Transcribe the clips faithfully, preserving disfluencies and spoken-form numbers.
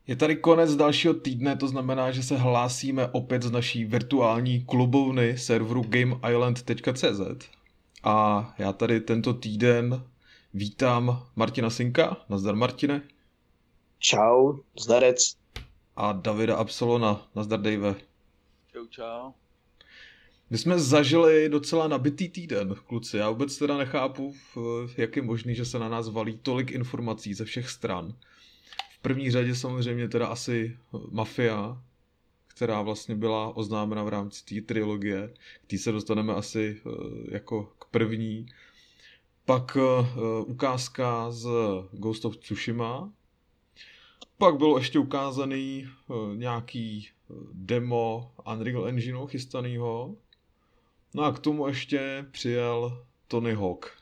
Je tady konec dalšího týdne, to znamená, že se hlásíme opět z naší virtuální klubovny serveru game island tečka cé zet. A já tady tento týden vítám Martina Sinka, nazdar Martine, Čau, zdarec. a Davida Absolona, nazdar Dave. Čau, čau. My jsme zažili docela nabitý týden, kluci. Já vůbec teda nechápu, jak je možný, že se na nás valí tolik informací ze všech stran. V první řadě samozřejmě teda asi Mafia, která vlastně byla oznámena v rámci té trilogie. K té se dostaneme asi jako k první. Pak ukázka z Ghost of Tsushima. Pak bylo ještě ukázaný nějaký demo Unreal Engineu chystanýho. No a k tomu ještě přijel Tony Hawk.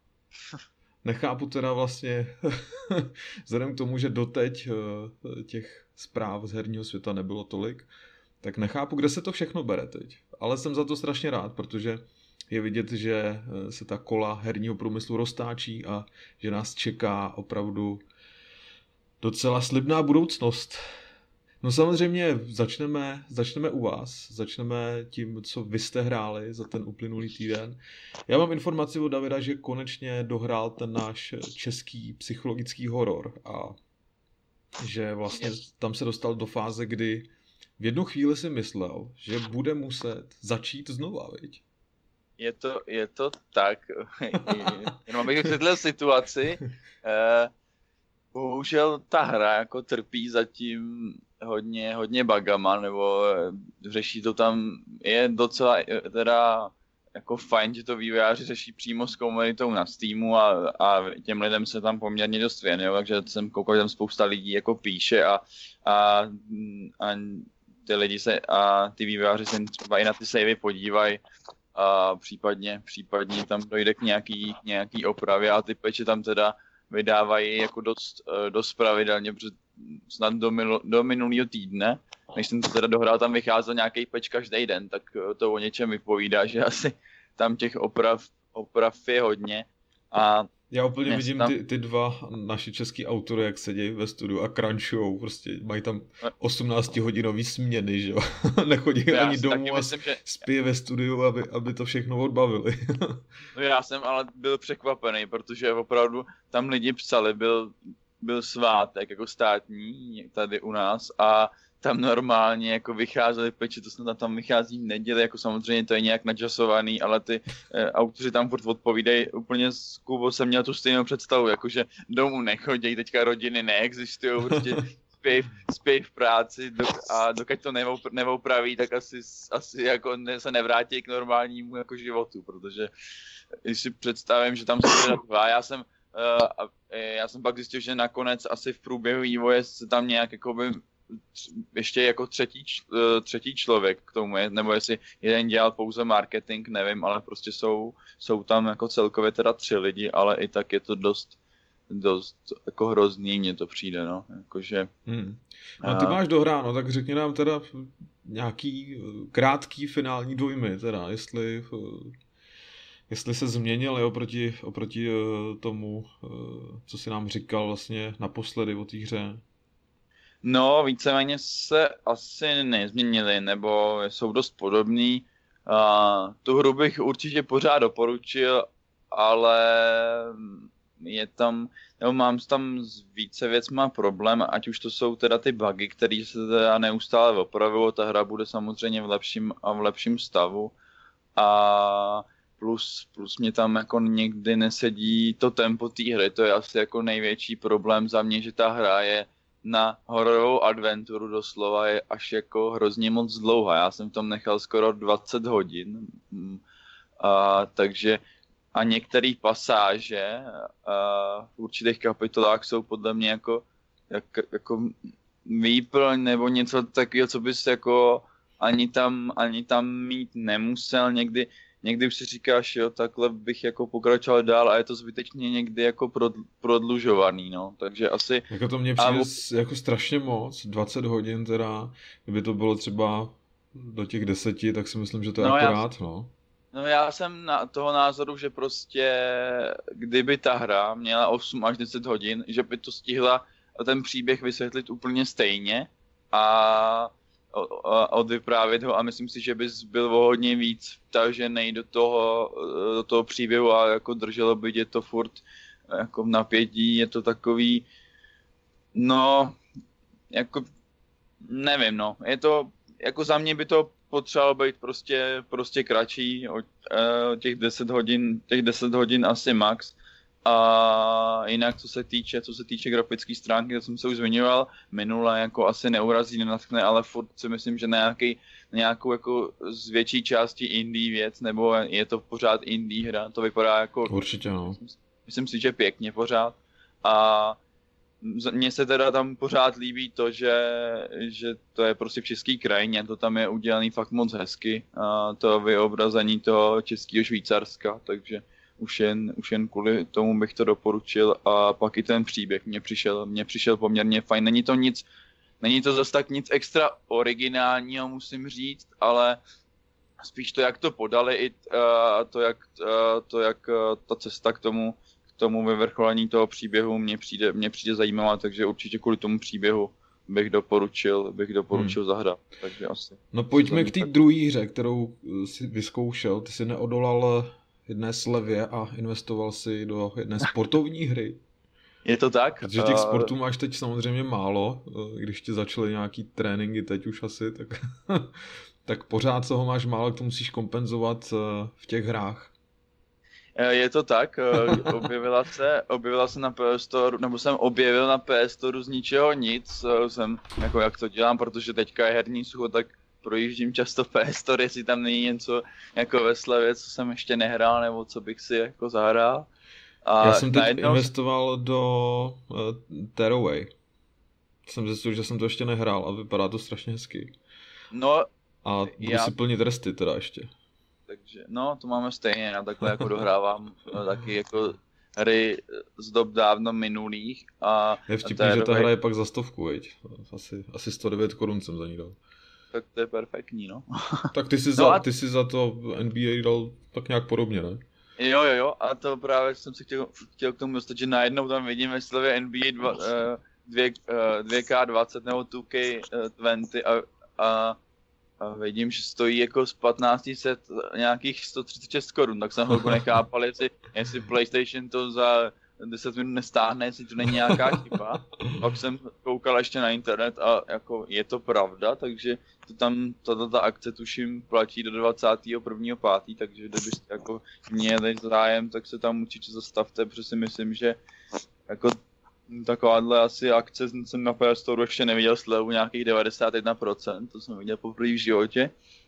Nechápu teda vlastně, vzhledem k tomu, že doteď těch zpráv z herního světa nebylo tolik, tak nechápu, kde se to všechno bere teď. Ale jsem za to strašně rád, protože je vidět, že se ta kola herního průmyslu roztáčí a že nás čeká opravdu docela slibná budoucnost. No samozřejmě začneme, začneme u vás, začneme tím, co vy jste hráli za ten uplynulý týden. Já mám informaci od Davida, že konečně dohrál ten náš český psychologický horor a že vlastně tam se dostal do fáze, kdy v jednu chvíli si myslel, že bude muset začít znova, viď? Je to, je to tak, jenom abych vysvětlil situaci, eh, bohužel ta hra jako trpí zatím hodně, hodně bugama, nebo řeší to tam, je docela teda jako fajn, že to vývojáři řeší přímo s komunitou na Steamu a, a těm lidem se tam poměrně dost věnují, takže jsem koukal, že tam spousta lidí jako píše a, a, a ty lidi se a ty vývojáři se třeba i na ty savey podívají a případně, případně tam dojde k nějaký, nějaký opravě a ty peče tam teda vydávají jako dost, dost pravidelně, protože snad do, minu, do minulého týdne, než jsem to teda dohrál, tam vycházel nějaký patch každý den, tak to o něčem vypovídá, že asi tam těch oprav, oprav je hodně. A já úplně vidím tam... ty, ty dva naši český autory, jak sedějí ve studiu a crunchujou, prostě mají tam osmnáctihodinový směny, že jo, nechodí já ani domů myslím, a že... spí ve studiu, aby, aby to všechno odbavili. No já jsem ale byl překvapený, protože opravdu tam lidi psali, byl, byl svátek jako státní tady u nás a tam normálně jako vycházely peče, to snad tam vychází v neděli, jako samozřejmě to je nějak načasovaný, ale ty e, autoři tam furt odpovídají úplně z Kubo jsem měl tu stejnou představu, jakože domů nechodí, teďka rodiny neexistují, prostě spějí, spějí v práci dok, a dokud to neopraví, tak asi, asi jako ne, se nevrátí k normálnímu jako životu, protože když si představím, že tam se teda dva, já jsem, uh, já jsem pak zjistil, že nakonec asi v průběhu vývoje se tam nějak jakoby ještě jako třetí, třetí člověk k tomu je, nebo jestli jeden dělal pouze marketing, nevím, ale prostě jsou, jsou tam jako celkově teda tři lidi, ale i tak je to dost, dost jako hrozný, mně to přijde, no, jakože... Hmm. No ty máš dohráno, tak řekni nám teda nějaký krátký finální dojmy, teda, jestli... Jestli se změnil oproti, oproti tomu, co si nám říkal vlastně naposledy o té hře. No, víceméně se asi nezměnili, nebo jsou dost podobný. Uh, tu hru bych určitě pořád doporučil, ale je tam, nebo mám tam s více věcma problém, ať už to jsou teda ty bugy, které se teda neustále opravují, ta hra bude samozřejmě v lepším a v lepším stavu. A plus, plus mě tam jako někdy nesedí to tempo té hry, to je asi jako největší problém za mě, že ta hra je na hororovou adventuru doslova je až jako hrozně moc dlouhá. Já jsem v tom nechal skoro dvacet hodin. A, takže a některé pasáže a, v určitých kapitolách jsou podle mě jako, jak, jako výplň nebo něco takového, co bys jako ani tam, ani tam mít nemusel. Někdy Někdy už si říkáš, jo, takhle bych jako pokračoval dál a je to zbytečně někdy jako prodlužovaný, no, takže asi... Jako to mně přijde a... jako strašně moc, dvacet hodin teda, kdyby to bylo třeba do těch deseti, tak si myslím, že to je no akorát, já, no. No já jsem na toho názoru, že prostě kdyby ta hra měla osm až deset hodin, že by to stihla ten příběh vysvětlit úplně stejně a, a odvyprávět ho a myslím si, že bys byl o hodně víc vtažený do toho, do toho příběhu a jako drželo by tě to furt jako v napětí, je to takový, no, jako, nevím, no, je to, jako za mě by to potřebovalo být prostě, prostě kratší, o, o těch deset hodin, těch deset hodin asi max. A jinak, co se týče, co se týče grafické stránky, to jsem se už zmiňoval, minule jako asi neurazí, nenatkne, ale furt si myslím, že na nějaký, nějakou jako z větší části indie věc, nebo je to pořád indie hra, to vypadá jako... Určitě, no. Myslím, myslím si, že pěkně pořád. A mně se teda tam pořád líbí to, že, že to je prostě v český krajině, to tam je udělaný fakt moc hezky, a to vyobrazení toho českého Švýcarska, takže už jen, už jen kvůli tomu bych to doporučil a pak i ten příběh mě přišel, mě přišel poměrně fajn, není to nic, není to zase tak nic extra originálního, musím říct, ale spíš to, jak to podali i uh, to, jak, uh, to, jak uh, ta cesta k tomu, k tomu vyvrcholení toho příběhu mě přijde, mě přijde zajímavá, takže určitě kvůli tomu příběhu bych doporučil, bych doporučil hmm. zahrát, takže asi. No pojďme k té druhé hře, kterou si vyzkoušel, ty si neodolal jedné slevě a investoval si do jedné sportovní hry. Je to tak? Protože těch sportů máš teď samozřejmě málo, když ti začaly nějaký tréninky teď už asi, tak, tak pořád toho máš málo, to musíš kompenzovat v těch hrách. Je to tak, objevila se, objevila se na P S Store, nebo jsem objevil na P S Store z ničeho nic, jsem, jako jak to dělám, protože teďka je herní sucho, tak projíždím často P S Store, jestli tam není něco jako ve slevě, co jsem ještě nehrál, nebo co bych si jako zahrál. A já jsem teď najednou... investoval do uh, Tearaway. Jsem zjistil, že jsem to ještě nehrál a vypadá to strašně hezky. No, a budu já... si plnit resty teda ještě. Takže, no, to máme stejně, já takhle jako dohrávám taky jako hry z dob dávno minulých. A je vtipný, že ta hra je pak za stovku, veď. Asi, asi sto devět korun jsem za ní dal. Tak to je perfektní, no. Tak ty jsi, no za, a... ty jsi za to N B A dal tak nějak podobně, ne? Jo, jo, jo, a to právě jsem si chtěl, chtěl k tomu dostat, že najednou tam vidím ve slevě N B A dva, uh, dva K dvacet nebo dva K dvacet a, a, a vidím, že stojí jako z patnáct set nějakých sto třicet šest korun, tak jsem hlouku nechápal, jestli, jestli PlayStation to za deset minut nestáhne, jestli to není nějaká chyba. Pak jsem koukal ještě na internet a jako je to pravda, takže to tam, tato ta akce tuším platí do dvacátého prvního pátého takže kdybyste jako měli zájem, tak se tam určitě zastavte, protože si myslím, že jako takováhle asi akce jsem na P S Store ještě neviděl slevu nějakých devadesát jedna procent, to jsem viděl poprvé v životě.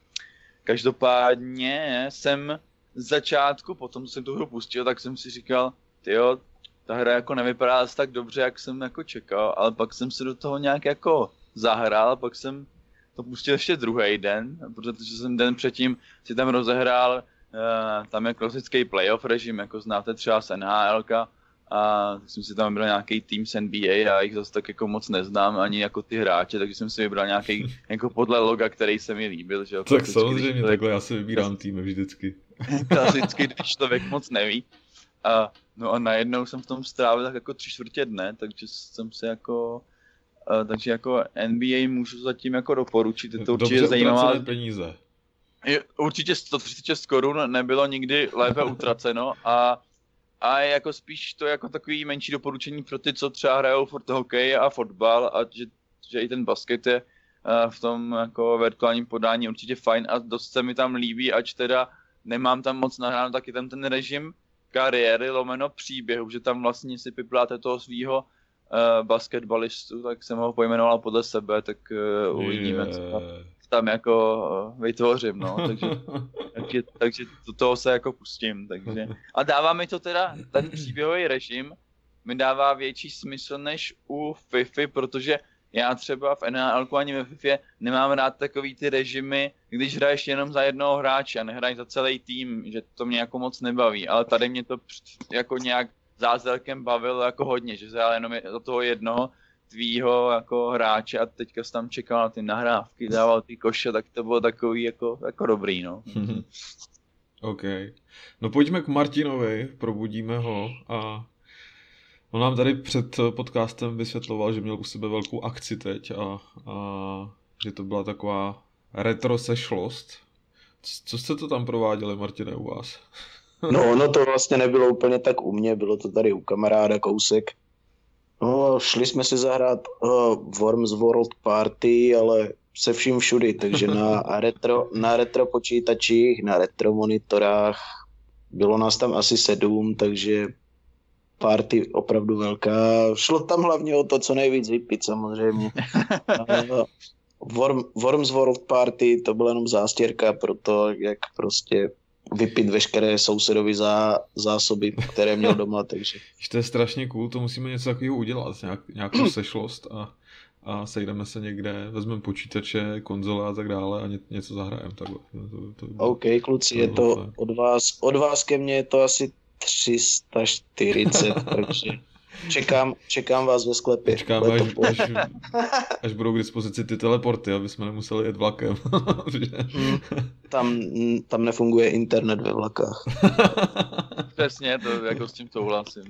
Každopádně jsem z začátku, potom jsem tu hru pustil, tak jsem si říkal, tyjo, ta hra jako nevypadá asi tak dobře, jak jsem jako čekal, ale pak jsem se do toho nějak jako zahrál, pak jsem to pustil ještě druhý den, protože jsem den předtím si tam rozehrál, uh, tam je klasický playoff režim, jako znáte třeba z N H L ka, a tak jsem si tam vybral nějaký tým z N B A, já jich zase tak jako moc neznám, ani jako ty hráče, takže jsem si vybral nějaký jako podle loga, který se mi líbil, že jo. Tak samozřejmě, člověk, takhle já si vybírám týmy vždycky. Klasicky, když člověk moc neví. A, no a najednou jsem v tom strávil tak jako tři čtvrtě dne, takže jsem se jako, uh, takže jako N B A můžu zatím jako doporučit, je to určitě dobře zajímavá. Peníze. Je, určitě sto třicet šest korun nebylo nikdy lépe utraceno a, a je jako spíš to jako takový menší doporučení pro ty, co třeba hrajou furt hokej a fotbal a že, že i ten basket je uh, v tom jako virtuálním podání určitě fajn a dost se mi tam líbí, ač teda nemám tam moc nahráno, tak je tam ten režim kariéry lomeno příběhu, že tam vlastně si pipláte toho svýho uh, basketbalistu, tak jsem ho pojmenoval podle sebe, tak uh, uvidíme, yeah. co tam jako uh, vytvořím, no, takže, takže, takže do toho se jako pustím, takže. A dává mi to teda, ten příběhový režim mi dává větší smysl než u FIFA, protože já třeba v N H L ku ani ve FIFA nemám rád takový ty režimy, když hraješ jenom za jednoho hráče a nehraješ za celý tým, že to mě jako moc nebaví, ale tady mě to jako nějak zázrakem bavilo jako hodně, že se já jenom za toho jednoho tvýho jako hráče a teďka jsem tam čekal na ty nahrávky, dával ty koše, tak to bylo takový jako, jako dobrý, no. OK. No pojďme k Martinovi, probudíme ho a On nám tady před podcastem vysvětloval, že měl u sebe velkou akci teď a, a že to byla taková retro sešlost. Co jste to tam prováděli, Martine, u vás? No ono to vlastně nebylo úplně tak u mě, bylo to tady u kamaráda kousek. No, šli jsme si zahrát uh, Worms World Party, ale se vším všudy, takže na retro, na retro počítačích, na retro monitorách, bylo nás tam asi sedm, takže party opravdu velká. Šlo tam hlavně o to, co nejvíc vypít samozřejmě. Worm, Worms World Party, to byla jenom zástěrka pro to, jak prostě vypít veškeré sousedovi zá, zásoby, které měl doma, takže... To je strašně cool, to musíme něco takového udělat, nějak, nějakou sešlost a, a sejdeme se někde, vezmeme počítače, konzole a tak dále a ně, něco zahrajeme takhle. To, to, to, OK, kluci, to je to od vás, od vás ke mně je to asi tři sta čtyřicet, takže čekám, čekám vás ve sklepě. Čekáme, až, až, až budou k dispozici ty teleporty, aby jsme nemuseli jet vlakem. hmm, tam, tam nefunguje internet ve vlakách. Přesně, to jako s tím souhlasím.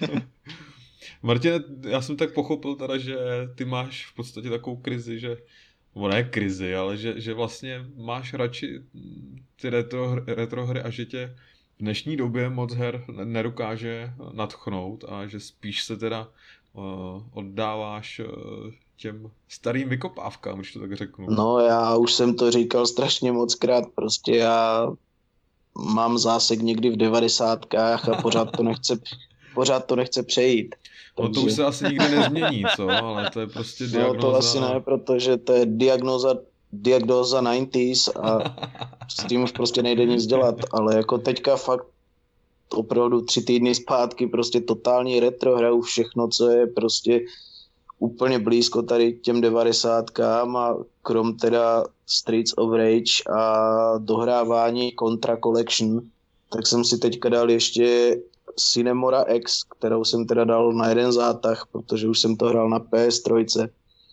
Martine, já jsem tak pochopil teda, že ty máš v podstatě takovou krizi, že nebo ne krizi, ale že, že vlastně máš radši ty retro, retro hry a že tě v dnešní době moc her nedokáže nadchnout a že spíš se teda uh, oddáváš uh, těm starým vykopávkám, když to tak řeknu. No já už jsem to říkal strašně mockrát, prostě já mám zásek někdy v devadesátkách a pořád to nechce, pořád to nechce přejít. No to už se asi nikdy nezmění, co? Ale to je prostě diagnóza. No to asi ne, protože to je diagnóza diagnóza devadesátých a s tím už prostě nejde nic dělat, ale jako teďka fakt opravdu tři týdny zpátky prostě totální retro hraju všechno, co je prostě úplně blízko tady těm devadesátkám a krom teda Streets of Rage a dohrávání Contra Collection, tak jsem si teďka dal ještě Cinemora X, kterou jsem teda dal na jeden zátah, protože už jsem to hrál na P S tři.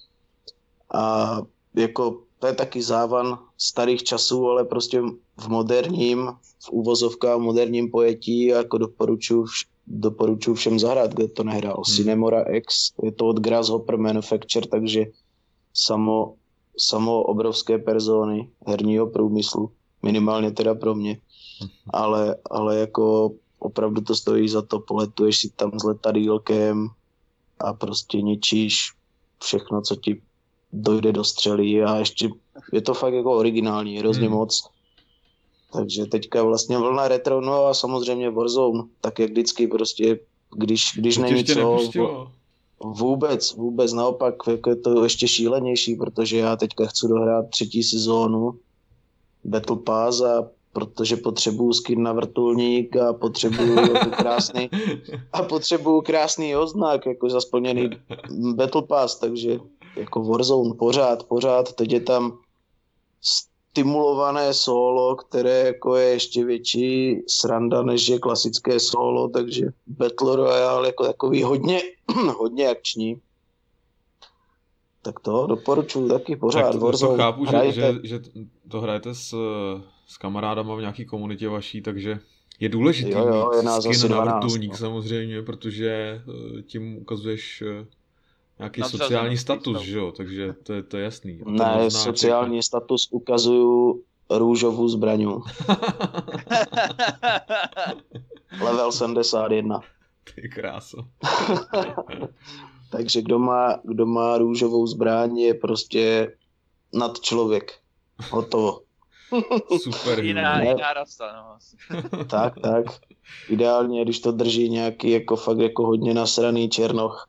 A jako to je taky závan starých časů, ale prostě v moderním, v úvozovkách moderním pojetí jako doporučuji doporučuji všem zahrát, kde to nehrál. Hmm. Cinemora X, je to od Grasshopper Manufacture, takže samo, samo obrovské persony herního průmyslu, minimálně teda pro mě. Hmm. Ale, ale jako opravdu to stojí za to, poletuješ si tam s letadýlkem a prostě ničíš všechno, co ti dojde do střely a ještě je to fakt jako originální, hrozně hmm. moc. Takže teďka vlastně vlna retro, no a samozřejmě Warzone, tak jak vždycky prostě, když, když to není co, nepustilo. vůbec, vůbec naopak, jako je to ještě šílenější, protože já teďka chci dohrát třetí sezónu Battle Pass a protože potřebuju skin na vrtulník a potřebuju jako krásný a potřebuju krásný odznak, jako za splněný Battle Pass, takže jako Warzone pořád, pořád, teď je tam stimulované solo, které jako je ještě větší sranda, než je klasické solo, takže Battle Royale jako takový hodně, hodně akční. Tak to doporučuji taky pořád. Tak to, Warzone, to chápu, že, že, že to hrajete s, s kamarádama v nějaký komunitě vaší, takže je důležitý jo, jo, je mít skin na vrtulník no. samozřejmě, protože tím ukazuješ nějaký sociální status, že jo, takže to je, to je jasný. Ne, sociální jako... status ukazuju růžovou zbraňu. Level sedmdesát jedna. Ty kráso. Takže kdo má, kdo má růžovou zbraň, je prostě nad člověk. Hotovo. Super. Jiná, jiná rasa, no. tak, tak. Ideálně, když to drží nějaký jako fakt jako hodně nasraný černoch.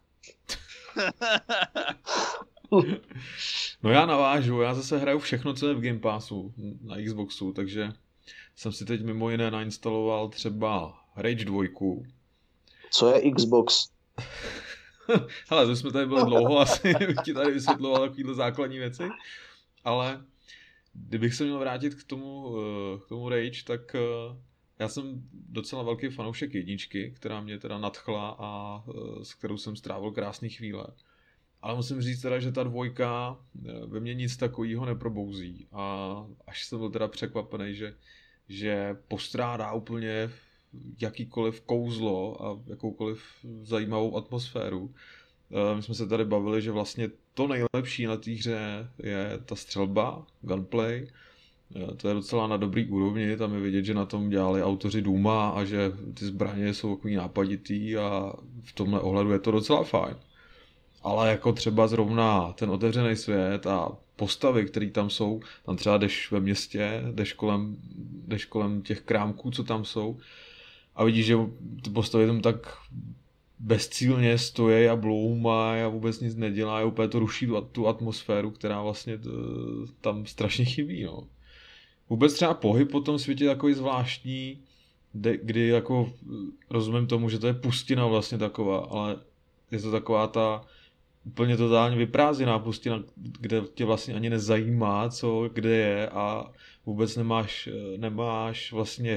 No já navážu, já zase hraju všechno, co je v Game Passu na Xboxu, takže jsem si teď mimo jiné nainstaloval třeba Rage dva. Co je Xbox? Hele, to jsme tady byli dlouho, asi bych ti tady vysvětloval takovýhle základní věci, ale kdybych se měl vrátit k tomu, k tomu Rage, tak já jsem docela velký fanoušek jedničky, která mě teda nadchla a s kterou jsem strávil krásné chvíle. Ale musím říct teda, že ta dvojka ve mně nic takového neprobouzí a až jsem byl teda překvapený, že, že postrádá úplně jakýkoliv kouzlo a jakoukoliv zajímavou atmosféru. My jsme se tady bavili, že vlastně to nejlepší na té hře je ta střelba, gunplay. To je docela na dobrý úrovni, tam je vidět, že na tom dělali autoři Dooma a že ty zbraně jsou takový nápaditý a v tomhle ohledu je to docela fajn. Ale jako třeba zrovna ten otevřený svět a postavy, které tam jsou, tam třeba jdeš ve městě, jdeš kolem, jdeš kolem těch krámků, co tam jsou a vidíš, že ty postavy tam tak bezcílně stojí a bloumají a vůbec nic nedělají, úplně to ruší tu, tu atmosféru, která vlastně t, tam strašně chybí, no. Vůbec třeba pohyb po tom světě je takový zvláštní, de, kdy jako rozumím tomu, že to je pustina vlastně taková, ale je to taková ta úplně totálně vyprázdněná pustina, kde tě vlastně ani nezajímá, co kde je a vůbec nemáš, nemáš vlastně,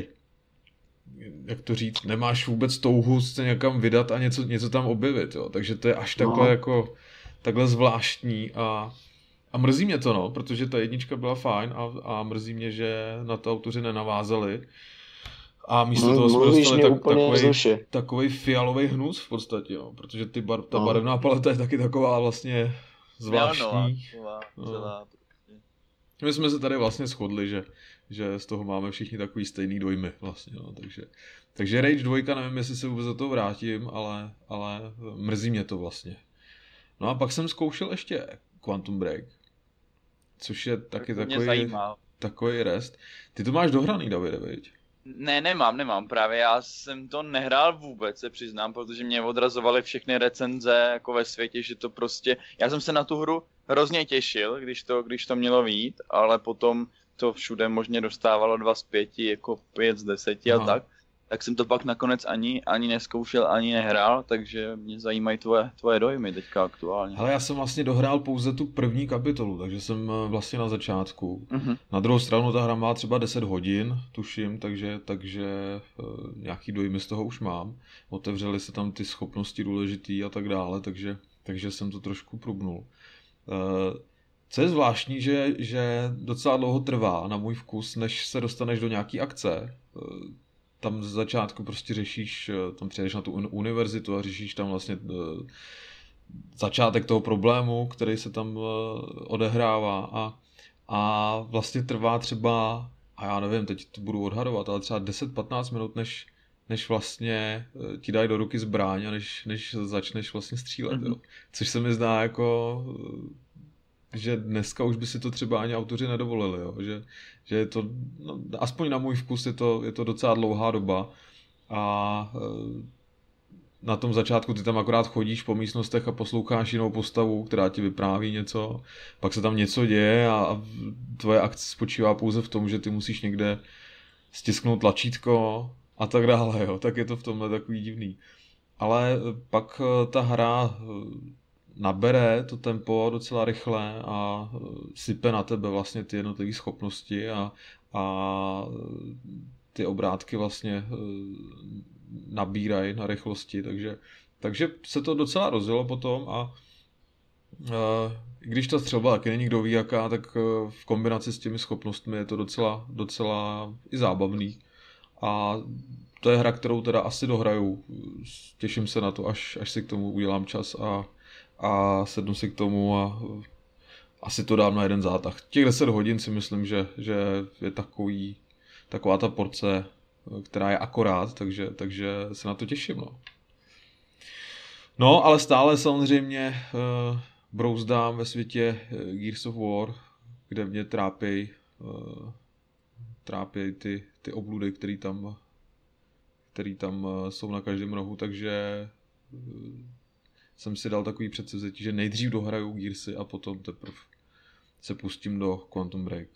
jak to říct, nemáš vůbec touhu se někam vydat a něco, něco tam objevit, jo. Takže to je až takhle no. jako takhle zvláštní a A mrzí mě to, no, protože ta jednička byla fajn a, a mrzí mě, že na to autoři nenavázali. A místo no, toho jsme dostali tak, takovej, takovej fialový hnus v podstatě, no, protože ty bar, ta no. barevná paleta je taky taková vlastně zvláštní. Celá, celá, no. My jsme se tady vlastně shodli, že, že z toho máme všichni takový stejný dojmy vlastně, no, takže, takže Rage dva, nevím, jestli se vůbec za to vrátím, ale, ale mrzí mě to vlastně. No a pak jsem zkoušel ještě Quantum Break, což je taky tak takový, takový rest. Ty to máš dohraný, Davide, viď? Ne, nemám, nemám. Právě já jsem to nehrál vůbec, se přiznám, protože mě odrazovaly všechny recenze jako ve světě, že to prostě... Já jsem se na tu hru hrozně těšil, když to, když to mělo vyjít, ale potom to všude možně dostávalo dva z pěti, jako pět z deseti a tak. Tak jsem to pak nakonec ani, ani neskoušel, ani nehrál, takže mě zajímají tvoje, tvoje dojmy teďka aktuálně. Ale já jsem vlastně dohrál pouze tu první kapitolu, takže jsem vlastně na začátku. Uh-huh. Na druhou stranu ta hra má třeba deset hodin, tuším, takže, takže uh, nějaký dojmy z toho už mám. Otevřely se tam ty schopnosti důležitý a tak dále, takže, takže jsem to trošku prubnul. Uh, co je zvláštní, že, že docela dlouho trvá na můj vkus, než se dostaneš do nějaký akce. Uh, Tam z začátku prostě řešíš, tam přijdeš na tu univerzitu a řešíš tam vlastně začátek toho problému, který se tam odehrává a, a vlastně trvá třeba, a já nevím, teď to budu odhadovat, ale třeba deset patnáct minut, než, než vlastně ti dají do ruky zbraň a než, než začneš vlastně střílet, mm-hmm. jo. Což se mi zdá jako... že dneska už by si to třeba ani autoři nedovolili, jo? Že, že je to, no, aspoň na můj vkus je to, je to docela dlouhá doba a e, na tom začátku ty tam akorát chodíš po místnostech a posloucháš jinou postavu, která ti vypráví něco, pak se tam něco děje a, a tvoje akce spočívá pouze v tom, že ty musíš někde stisknout tlačítko a tak dále, jo? Tak je to v tomhle takový divný. Ale pak ta hra nabere to tempo docela rychle a sype na tebe vlastně ty jednotlivé schopnosti a, a ty obrátky vlastně nabírají na rychlosti, takže, takže se to docela rozjelo potom a i když ta střelba taky není kdo ví jaká, tak v kombinaci s těmi schopnostmi je to docela, docela i zábavný a to je hra, kterou teda asi dohraju, těším se na to, až, až si k tomu udělám čas a a sednu si k tomu a asi to dám na jeden zátah. Těch deset hodin si myslím, že, že je takový, taková ta porce, která je akorát, takže, takže se na to těším. No, no ale stále samozřejmě uh, brouzdám ve světě Gears of War, kde mě trápí uh, trápí ty, ty obludy, který tam, který tam uh, jsou na každém rohu, takže uh, jsem si dal takový předsevzetí, že nejdřív dohraju Gearsy a potom teprve se pustím do Quantum Break.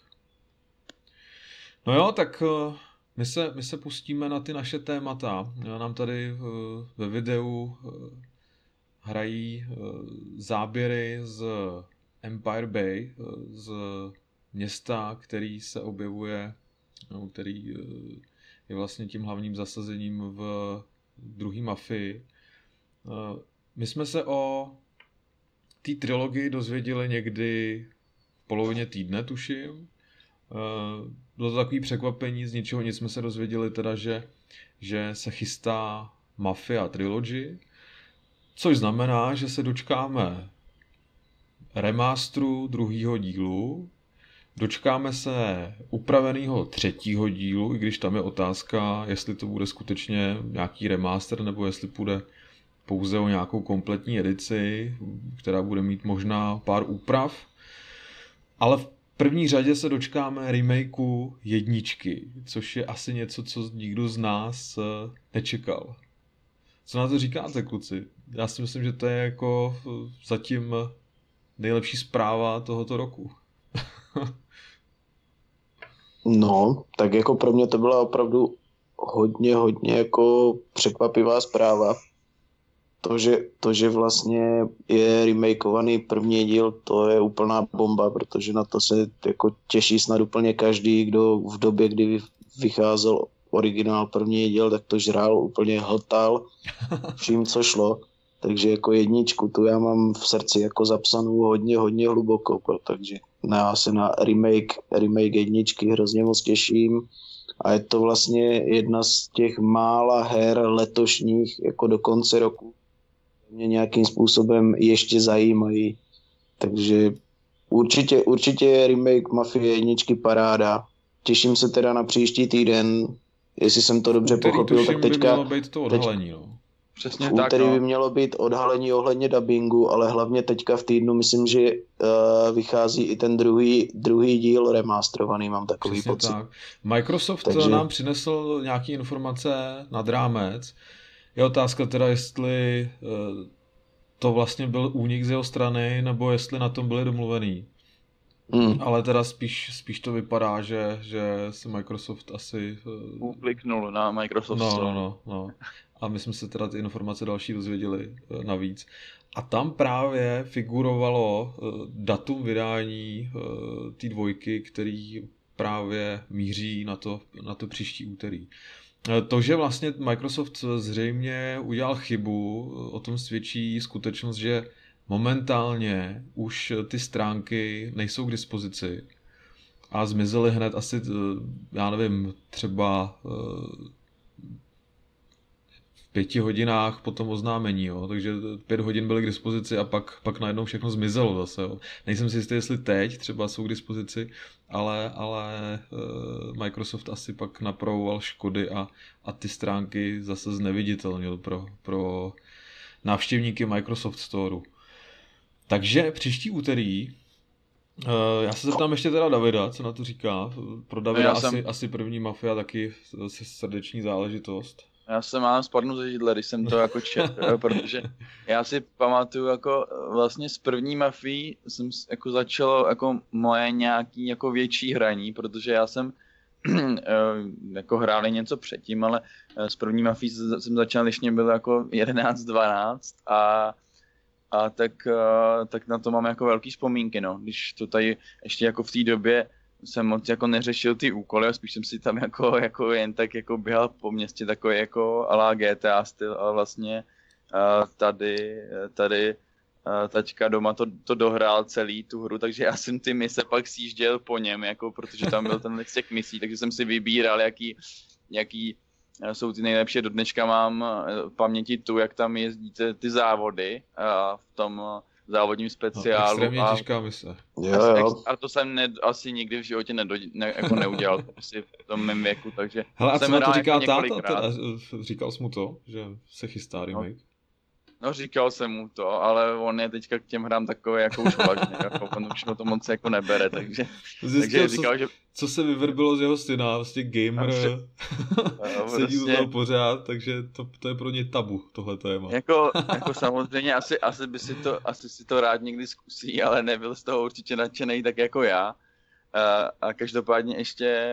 No jo, tak my se, my se pustíme na ty naše témata. Nám tady ve videu hrají záběry z Empire Bay, z města, který se objevuje, no, který je vlastně tím hlavním zasazením v druhé Mafii. My jsme se o té trilogii dozvěděli někdy v polovině týdne, tuším. Bylo to takové překvapení, z ničeho nic jsme se dozvěděli teda, že, že se chystá Mafia Trilogy, což znamená, že se dočkáme remasteru druhého dílu, dočkáme se upraveného třetího dílu, i když tam je otázka, jestli to bude skutečně nějaký remaster, nebo jestli půjde pouze o nějakou kompletní edici, která bude mít možná pár úprav. Ale v první řadě se dočkáme remakeu jedničky, což je asi něco, co nikdo z nás nečekal. Co na to říkáte, kluci? Já si myslím, že to je jako zatím nejlepší zpráva tohoto roku. No, tak jako pro mě to byla opravdu hodně, hodně jako překvapivá zpráva. To, že, to, že vlastně je remakeovaný první díl, to je úplná bomba, protože na to se jako těší snad úplně každý, kdo v době, kdy vycházel originál první díl, tak to žrál, úplně hltal vším, co šlo. Takže jako jedničku tu já mám v srdci jako zapsanou hodně, hodně hluboko, takže já se na remake, remake jedničky hrozně moc těším. A je to vlastně jedna z těch mála her letošních jako do konce roku. Mě nějakým způsobem ještě zajímají. Takže určitě, určitě je remake Mafie jedničky paráda. Těším se teda na příští týden. Jestli jsem to dobře Úterý, pochopil, tak teďka... by mělo být to odhalení, no. Přesně v tak, úterý no. by mělo být odhalení ohledně dubbingu, ale hlavně teďka v týdnu myslím, že uh, vychází i ten druhý, druhý díl remasterovaný, mám takový Přesně pocit. Tak. Microsoft Takže... nám přinesl nějaké informace nad rámec. Je otázka teda, jestli uh, to vlastně byl únik z jeho strany, nebo jestli na tom byli domluvený. Hmm. Ale teda spíš, spíš to vypadá, že, že se Microsoft asi... Uh... Ukliknul na Microsoft. No, no, no, no. A my jsme se teda ty informace další dozvěděli uh, navíc. A tam právě figurovalo uh, datum vydání uh, té dvojky, který právě míří na to, na to příští úterý. To, že vlastně Microsoft zřejmě udělal chybu, o tom svědčí skutečnost, že momentálně už ty stránky nejsou k dispozici a zmizely hned asi, já nevím, třeba v pěti hodinách po tom oznámení, jo. Takže pět hodin byly k dispozici a pak, pak najednou všechno zmizelo zase. Jo. Nejsem si jistý, jestli teď třeba jsou k dispozici, ale, ale Microsoft asi pak napravoval škody a, a ty stránky zase zneviditelnil pro, pro návštěvníky Microsoft Storeu. Takže příští úterý, já se zeptám ještě teda Davida, co na to říká. Pro Davida asi, jsem... asi první Mafia taky srdeční záležitost. Já se mám spadnout ze židle, když jsem to jako čet, protože já si pamatuju jako vlastně s první Mafií jsem jako začalo jako moje nějaký jako větší hraní, protože já jsem jako hráli něco předtím, ale s první Mafií jsem začal, když mě bylo jako jedenáct dvanáct a a tak, tak na to mám jako velký vzpomínky, no, když to tady ještě jako v té době jsem moc jako neřešil ty úkoly a spíš jsem si tam jako, jako jen tak jako běhal po městě takový jako a la G T A styl, ale vlastně tady, tady taťka doma to, to dohrál celý tu hru, takže já jsem ty mise pak sjížděl po něm, jako protože tam byl ten list těch misí, takže jsem si vybíral, jaký, jaký jsou ty nejlepší. Do dneška mám v paměti tu, jak tam jezdíte ty závody a v tom závodním speciálu. No, extrémně a, těžká mise. Jo, jo. A to jsem ne, asi nikdy v životě nedo, ne, jako neudělal asi v tom mém věku, takže hele, a jsem co na to říká jako táta? Teda, říkal jsi mu to, že se chystá remake? No. No říkal jsem mu to, ale on je teďka k těm hrám takový jako už vážně, jako on už to moc jako nebere, takže, Zjistil, takže co, říkal, že... co se vyvrbilo z jeho syna, vlastně gamer, sedí prostě... pořád, takže to, to je pro ně tabu, tohle téma. Jako, jako samozřejmě asi, asi by si to, asi si to rád někdy zkusí, ale nebyl z toho určitě nadšenej tak jako já. A, a každopádně ještě,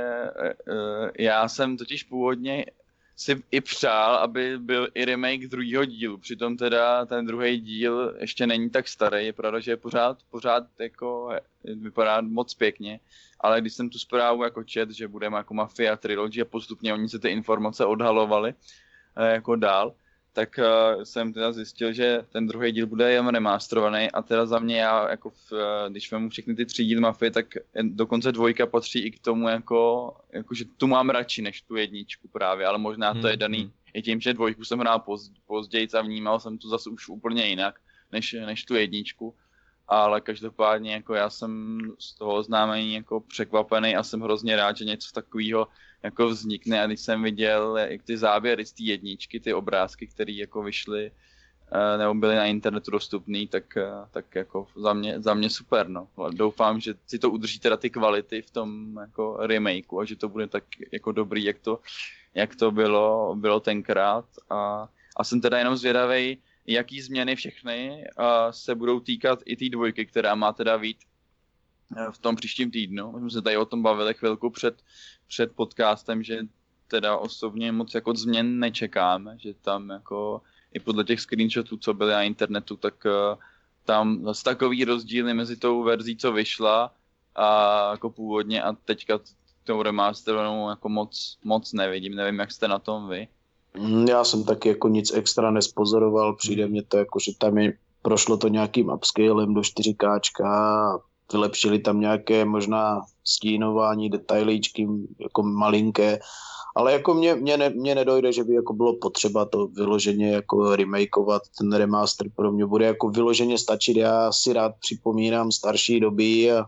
já jsem totiž původně si i přál, aby byl i remake druhého dílu. Přitom teda ten druhý díl ještě není tak starý, je pravda, že je pořád, pořád jako vypadá moc pěkně, ale když jsem tu zprávu jako čet, že budeme jako Mafia Trilogy a postupně oni se ty informace odhalovali jako dál, tak uh, jsem teda zjistil, že ten druhý díl bude jen remasterovaný a teda za mě já, jako v, uh, když vemu všechny ty tři díly Mafie, tak dokonce dvojka patří i k tomu, jako, jako že tu mám radši než tu jedničku právě, ale možná to je daný i tím, že dvojku jsem hrál poz, později a vnímal jsem to zase už úplně jinak než, než tu jedničku. Ale každopádně jako já jsem z toho oznámení jako překvapený a jsem hrozně rád, že něco takového jako vznikne. A když jsem viděl jak ty záběry z té jedničky, ty obrázky, které jako vyšly nebo byly na internetu dostupný, tak, tak jako za mě, za mě super. No. Doufám, že si to udrží teda ty kvality v tom jako remakeu a že to bude tak jako dobrý, jak to, jak to bylo, bylo tenkrát. A, a jsem teda jenom zvědavej, jaký změny všechny uh, se budou týkat i té dvojky, která má teda být uh, v tom příštím týdnu. My jsme se tady o tom bavili chvilku před, před podcastem, že teda osobně moc jako změn nečekáme, že tam jako i podle těch screenshotů, co byly na internetu, tak uh, tam zase takový rozdíly mezi tou verzí, co vyšla a jako původně a teďka tou remasterovanou jako moc, moc nevidím. Nevím, jak jste na tom vy. Já jsem taky jako nic extra nespozoroval, přijde mně to jako, že tam je, prošlo to nějakým upscalem do čtyři ká, vylepšili tam nějaké možná stínování, detailíčky jako malinké, ale jako mně, mně, ne, mně nedojde, že by jako bylo potřeba to vyloženě jako remakeovat, ten remaster pro mě bude jako vyloženě stačit, já si rád připomínám starší doby a,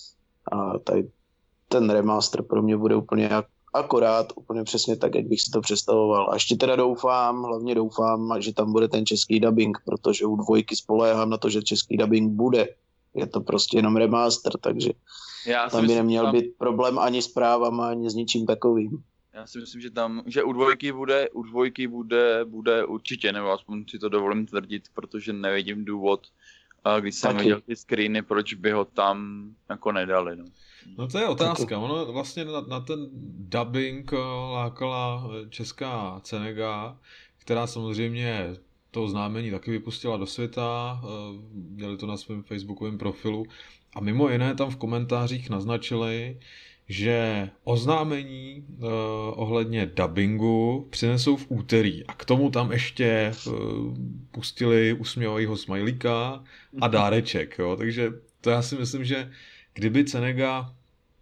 a tady ten remaster pro mě bude úplně jak akorát, úplně přesně tak, jak bych si to představoval. A ještě teda doufám, hlavně doufám, že tam bude ten český dubbing, protože u dvojky spoléhám na to, že český dubbing bude. Je to prostě jenom remaster, takže já tam by neměl tam... být problém ani s právama, ani s ničím takovým. Já si myslím, že tam, že u dvojky bude, u dvojky bude, bude určitě, nebo aspoň si to dovolím tvrdit, protože nevidím důvod, když jsem viděl ty screeny, proč by ho tam jako nedali, no. No to je otázka, ono vlastně na, na ten dubbing lákala česká Cenega, která samozřejmě to oznámení taky vypustila do světa, měli to na svém facebookovém profilu a mimo jiné tam v komentářích naznačili, že oznámení uh, ohledně dubbingu přinesou v úterý a k tomu tam ještě uh, pustili usměvavýho smajlíka a dáreček, jo, takže to já si myslím, že kdyby Cenega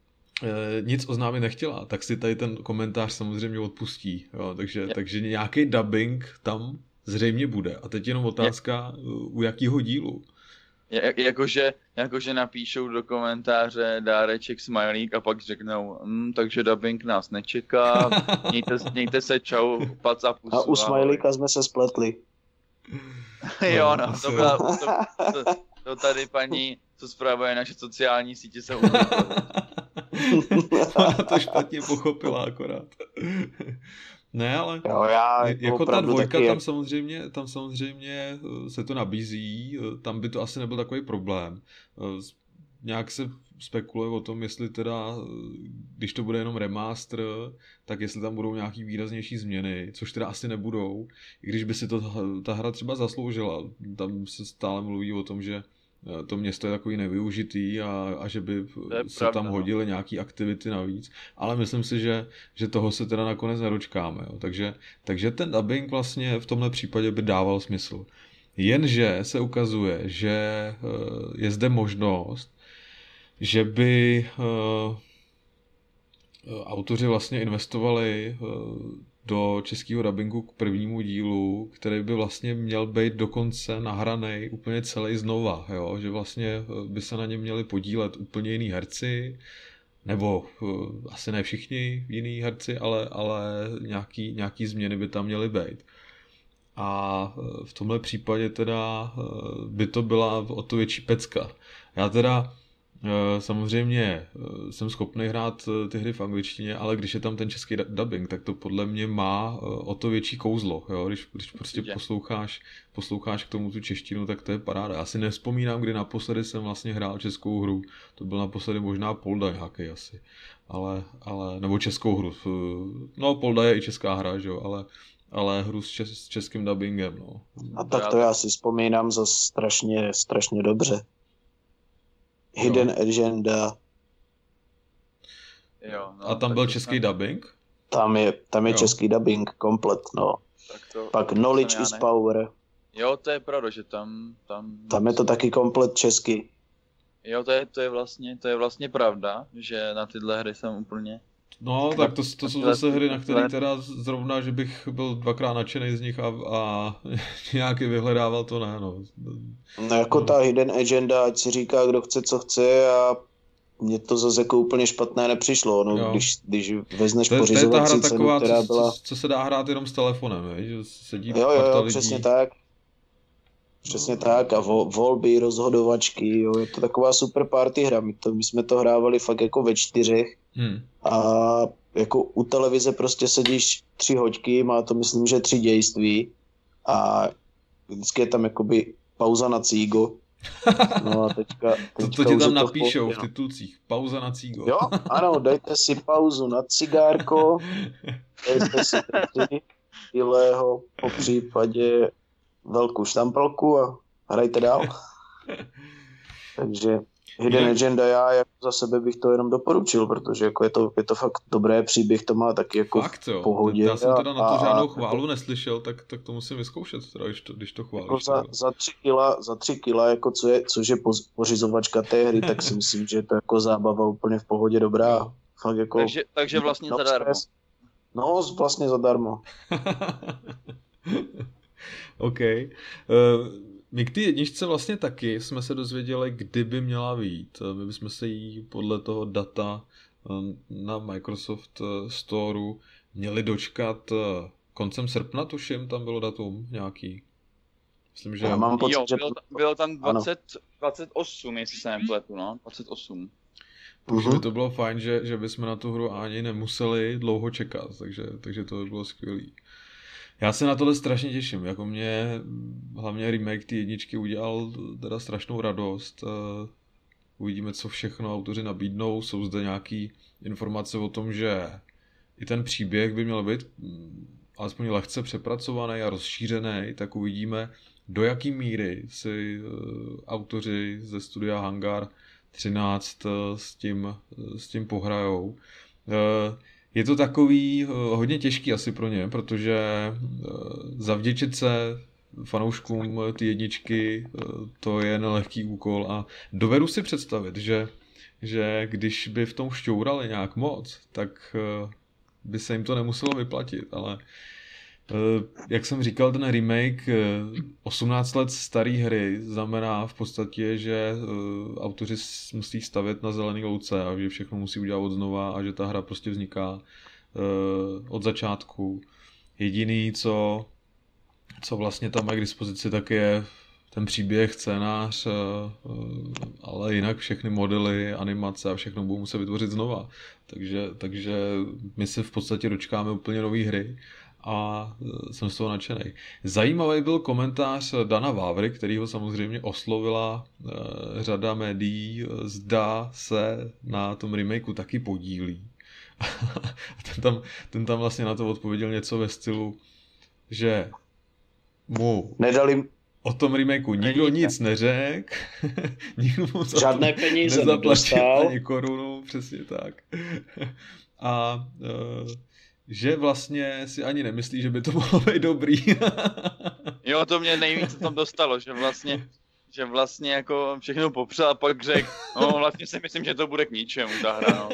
e, nic oznámit nechtěla, tak si tady ten komentář samozřejmě odpustí. Jo? Takže, takže nějaký dubbing tam zřejmě bude. A teď jenom otázka, Je, u jakého dílu. Je, jakože, jakože napíšou do komentáře dáreček smajlík a pak řeknou, hm, takže dubbing nás nečeká, mějte, mějte se, čau, pac a pusu. A u smajlíka jsme se spletli. Jo, no, to byla to, to, to tady paní, co zpravuje naše sociální sítě, se umí. Ona to špatně pochopila akorát. Ne, ale jo, já jako ta dvojka tam je... samozřejmě, tam samozřejmě se to nabízí, tam by to asi nebyl takový problém. Nějak se spekuluje o tom, jestli teda, když to bude jenom remaster, tak jestli tam budou nějaký výraznější změny, což teda asi nebudou, i když by si to ta hra třeba zasloužila. Tam se stále mluví o tom, že to město je takový nevyužitý a, a že by se pravda, tam hodily nějaký aktivity navíc, ale myslím si, že, že toho se teda nakonec nedočkáme. Jo. Takže, takže ten dubbing vlastně v tomhle případě by dával smysl. Jenže se ukazuje, že je zde možnost, že by uh, autoři vlastně investovali uh, do českého dabingu k prvnímu dílu, který by vlastně měl být dokonce nahranej úplně celý znova, jo? Že vlastně by se na něm měli podílet úplně jiný herci, nebo uh, asi ne všichni jiný herci, ale, ale nějaký, nějaký změny by tam měly být. A v tomhle případě teda uh, by to byla o to větší pecka. Já teda samozřejmě jsem schopný hrát ty hry v angličtině, ale když je tam ten český dubbing, tak to podle mě má o to větší kouzlo. Jo? Když, když prostě posloucháš, posloucháš k tomu tu češtinu, tak to je paráda. Já si nevzpomínám, kdy naposledy jsem vlastně hrál českou hru. To byl naposledy možná Polda nějaký asi. Ale, ale, nebo českou hru. No Polda je i česká hra, že jo? Ale, ale hru s, čes, s českým dubbingem. No. A tak to já si vzpomínám za strašně, strašně dobře. Hidden jo. Agenda. Jo, no, a tam byl český tam... dubbing? Tam je, tam je český dubbing komplet, no. Tak to, Pak to Knowledge jsem is já ne. power. Jo, to je pravda, že tam... Tam, Tam je to taky komplet česky. Jo, to je, to je, vlastně, to je vlastně pravda, že na tyhle hry jsem úplně... No, tak to, to jsou Tyhle- zase hry, na tyhle- které teda zrovna, že bych byl dvakrát nadšený z nich a, a nějaký vyhledával, to ne, no. No jako No. ta Hidden Agenda, ať si říká, kdo chce, co chce a mně to zase jako úplně špatné nepřišlo, no, Jo. když, když vezneš To je, to je ta pořizovací hra cenu, taková, která co, byla... co, co se dá hrát jenom s telefonem, je? Že sedí Jo, jo, parta jo, lidí. přesně tak. Přesně tak a vo, volby, rozhodovačky, jo, je to taková super party hra, my, to, my jsme to hrávali fakt jako ve čtyřech Hmm. a jako u televize prostě sedíš tři hoďky, má to myslím, že tři dějství a vždycky je tam jakoby pauza na cígo. No a teďka, To, teďka to ti už tam je to v napíšou pohodě, v no. titulcích. Pauza na cígo. Jo, ano, dejte si pauzu na cigárko, dejte si tři chvílého, po případě velkou štampelku a hrajte dál. Takže Hidden Jinak- Agenda, já jako za sebe bych to jenom doporučil, protože jako je, to, je to fakt dobré, příběh to má taky jako Fakt jo. v pohodě. Já jsem teda na to a- žádnou a- chválu neslyšel, tak, tak to musím vyzkoušet, teda, když to, když to chválíš. Jako za, takhle. za, tři kila, za tři kila, jako co je, což je poz, pořizovačka té hry, tak si myslím, že je to jako zábava úplně v pohodě dobrá. Fakt jako, Takže, takže vlastně no, zadarmo. stres. No, vlastně zadarmo. OK. Uh, my k té jedničce vlastně taky jsme se dozvěděli, kdy by měla vyjít. Eh, My bychom se jí podle toho data eh, na Microsoft eh, Storeu měli dočkat eh, koncem srpna, tuším, tam bylo datum nějaký. Myslím, že... Já mám pocit, Jo, že bylo, to- bylo tam ano. dvacet, dvacet osm, jestli se nepletu, no. dvacet osm. Takže Mhm. by to bylo fajn, že, že bychom na tu hru ani nemuseli dlouho čekat, takže, takže to by bylo skvělý. Já se na tohle strašně těším, jako mě hlavně remake té jedničky udělal teda strašnou radost. Eh, Uvidíme, co všechno autoři nabídnou, jsou zde nějaký informace o tom, že i ten příběh by měl být mm, alespoň lehce přepracovaný a rozšířený, tak uvidíme, do jaký míry si eh, autoři ze studia Hangar třináct eh, s tím, eh, s tím pohrajou. Eh, Je to takový eh, hodně těžký asi pro ně, protože eh, zavděčit se fanouškům ty jedničky, eh, to je nelehký úkol a dovedu si představit, že, že když by v tom šťourali nějak moc, tak eh, by se jim to nemuselo vyplatit, ale eh, jak jsem říkal, ten remake eh, osmnáct let staré hry znamená v podstatě, že eh, autoři s- musí stavět na zelený louce a že všechno musí udělat od znova a že ta hra prostě vzniká eh, od začátku. Jediný, co, co vlastně tam mají k dispozici, tak je ten příběh, scénář, eh, eh, ale jinak všechny modely, animace a všechno budou muset vytvořit znova. Takže, takže my se v podstatě dočkáme úplně nové hry a eh, jsem z toho nadšený. Zajímavý byl komentář Dana Vávry, který ho samozřejmě oslovila eh, řada médií, eh, zda se na tom remakeu taky podílí. ten, tam, ten tam vlastně na to odpověděl něco ve stylu, že mu Nedali o tom remakeu nikdo Peníze. nic neřekl, nikdo mu za to žádné peníze nezaplatil nedostal. ani korunu, přesně tak. A uh, že vlastně si ani nemyslí, že by to mohlo být dobrý. Jo, to mě nejvíc tam dostalo, že vlastně, že vlastně jako všechno popřel a pak řekl, no vlastně si myslím, že to bude k ničemu ta hra, no.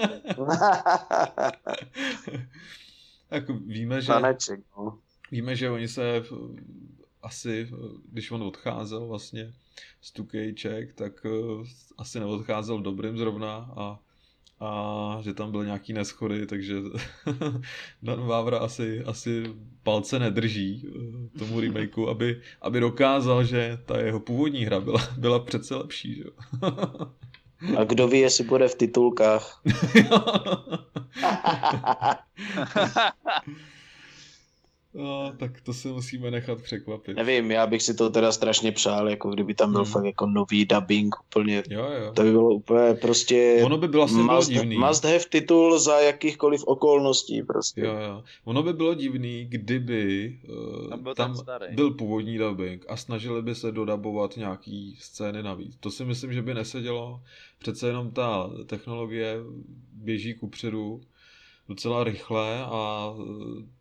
Tak víme, že, Taneček, no. víme, že oni se eh, asi, eh, když on odcházel vlastně z two K Czech, tak eh, asi neodcházel dobrým zrovna a, a že tam byly nějaký neschody, takže Dan Vávra asi, asi palce nedrží eh, tomu remakeu, aby, aby dokázal, že ta jeho původní hra byla, byla přece lepší. Že? A kdo ví, jestli bude v titulkách. No, tak to se musíme nechat překvapit. Nevím, já bych si to teda strašně přál, jako kdyby tam byl Hmm. fakt jako nový dubbing úplně. Jo, jo. To by bylo úplně prostě Ono by bylo asi bylo must, divný. must have titul za jakýchkoliv okolností prostě. Jo, jo. Ono by bylo divný, kdyby uh, Tam byl tam ten starý. byl původní dubbing a snažili by se dodabovat nějaký scény navíc. To si myslím, že by nesedělo. Přece jenom ta technologie běží kupředu docela rychle a uh,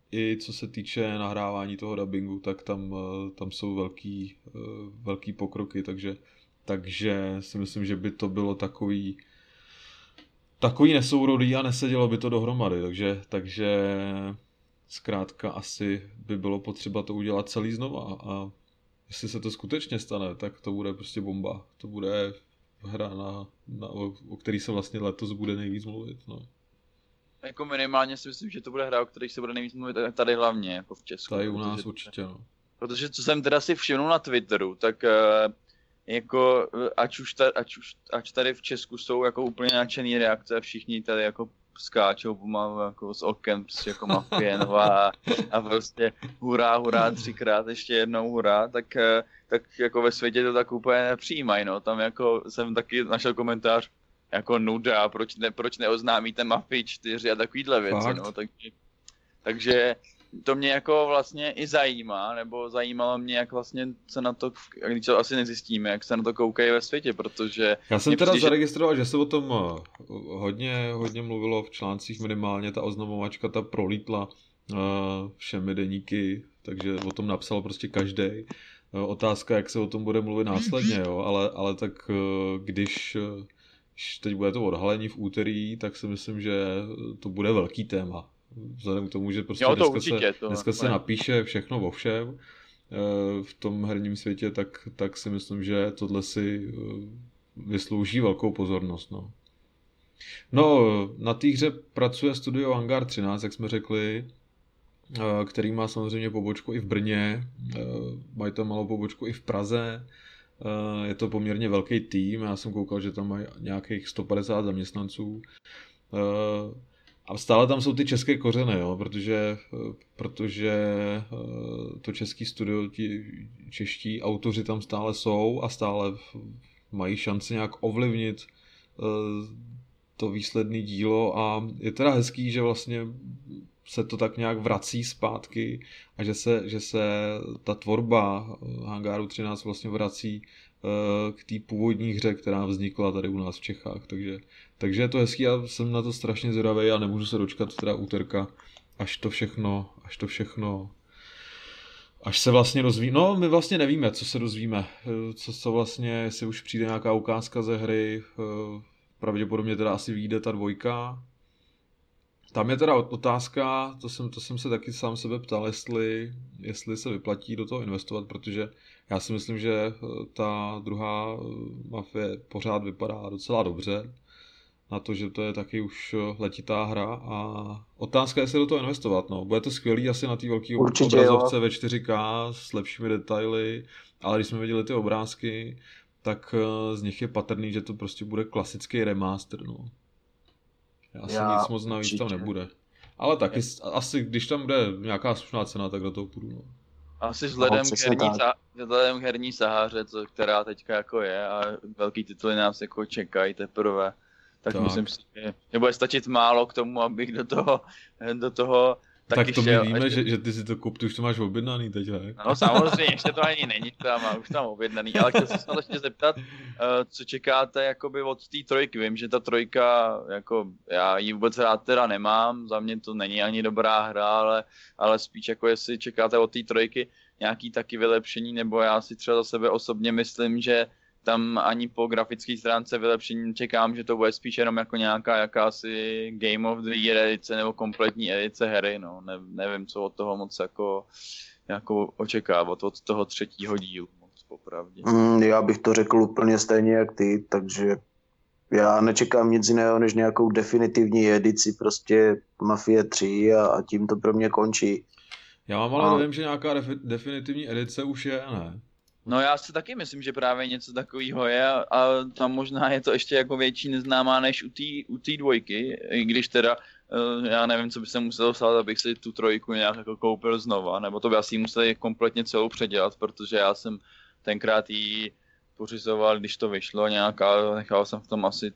i co se týče nahrávání toho dabingu, tak tam, tam jsou velký, velký pokroky, takže, takže si myslím, že by to bylo takový takový nesourodý a nesedělo by to dohromady, takže, takže zkrátka asi by bylo potřeba to udělat celý znova a jestli se to skutečně stane, tak to bude prostě bomba. To bude hra, na, na, o který se vlastně letos bude nejvíc mluvit. No. Jako minimálně si myslím, že to bude hra, o kterých se bude nejvíc mluvit tady hlavně, jako v Česku. Tady u nás protože, určitě, no. Protože co jsem teda si všimnul na Twitteru, tak jako ať už, tady, ať už ať tady v Česku jsou jako úplně nadšený reakce a všichni tady jako skáčou pomalu jako z oken, prostě jako mafie nová a prostě hurá, hurá, třikrát, ještě jednou hurá, tak, tak jako ve světě to tak úplně nepřijímají, no. Tam jako jsem taky našel komentář jako nuda, proč, ne, proč neoznámíte Mafii čtyři a takovýhle věci, Fakt? no. Takže, takže to mě jako vlastně i zajímá, nebo zajímalo mě, jak vlastně se na to, když to asi nezjistíme, jak se na to koukají ve světě, protože... Já jsem teda přijde, zaregistroval, že se o tom hodně, hodně mluvilo v článcích minimálně, ta oznamovačka, ta prolítla uh, všemi deníky, takže o tom napsal prostě každej. Uh, otázka, jak se o tom bude mluvit následně, jo, ale, ale tak uh, když, když teď bude to odhalení v úterý, tak si myslím, že to bude velký téma. Vzhledem k tomu, že prostě jo, to dneska, určitě, se, to dneska se napíše všechno o všem v tom herním světě, tak, tak si myslím, že tohle si vyslouží velkou pozornost. No, no na té hře pracuje studio Hangar třináct, jak jsme řekli, který má samozřejmě pobočku i v Brně, mají tam malou pobočku i v Praze, je to poměrně velký tým, já jsem koukal, že tam mají nějakých sto padesát zaměstnanců. A stále tam jsou ty české kořeny, jo, protože, protože to český studio, ti čeští autoři tam stále jsou a stále mají šanci nějak ovlivnit to výsledné dílo a je teda hezký, že vlastně se to tak nějak vrací zpátky a že se, že se ta tvorba Hangaru třináct vlastně vrací k té původní hře, která vznikla tady u nás v Čechách, takže, takže je to hezký a jsem na to strašně zvědavý a nemůžu se dočkat teda úterka, až to všechno, až to všechno, až se vlastně dozví, no my vlastně nevíme, co se dozvíme, co, co vlastně, jestli už přijde nějaká ukázka ze hry, pravděpodobně teda asi vyjde ta dvojka. Tam je teda otázka, to jsem, to jsem se taky sám sebe ptal, jestli, jestli se vyplatí do toho investovat, protože já si myslím, že ta druhá Mafie pořád vypadá docela dobře, na to, že to je taky už letitá hra a otázka je, jestli do toho investovat. No. Bude to skvělý asi na té velké obrazovce ve čtyři ká s lepšími detaily, ale když jsme viděli ty obrázky, tak z nich je patrný, že to prostě bude klasický remaster. No. Asi Já, nic moc navíc tam nebude. Ale taky, asi když tam bude nějaká slušná cena, tak do toho půjdu. No. Asi vzhledem, no, k herní, sa, vzhledem k herní saháře, co, která teďka jako je a velký tituly nás jako čekají teprve, tak, tak myslím si, že nebude stačit málo k tomu, abych do toho, do toho tak to my víme, ještě... že, že ty si to kup, ty už to máš objednaný teď, ne? No samozřejmě, ještě to ani není tam a už tam objednaný, ale chtěl jsem se na to ještě zeptat, co čekáte jakoby od té trojky, vím, že ta trojka, jako já ji vůbec rád teda nemám, za mě to není ani dobrá hra, ale, ale spíš jako jestli čekáte od té trojky nějaký taky vylepšení, nebo já si třeba za sebe osobně myslím, že tam ani po grafické stránce vylepšení čekám, že to bude spíš jenom jako nějaká jakási Game of the Year edice nebo kompletní edice hry, no. Ne, nevím, co od toho moc jako, jako očekávat, od toho třetího dílu, moc popravdě. Mm, já bych to řekl úplně stejně jak ty, takže já nečekám nic jiného, než nějakou definitivní edici prostě Mafie tři a, a tím to pro mě končí. Já mám ale a... vím, že nějaká defi- definitivní edice už je, ne? No já si taky myslím, že právě něco takového je a, a tam možná je to ještě jako větší neznámá než u té u té dvojky, i když teda uh, já nevím, co by se muselo stát, abych si tu trojku nějak jako koupil znova, nebo to by asi museli kompletně celou předělat, protože já jsem tenkrát ji pořizoval, když to vyšlo nějaká, nechal jsem v tom asi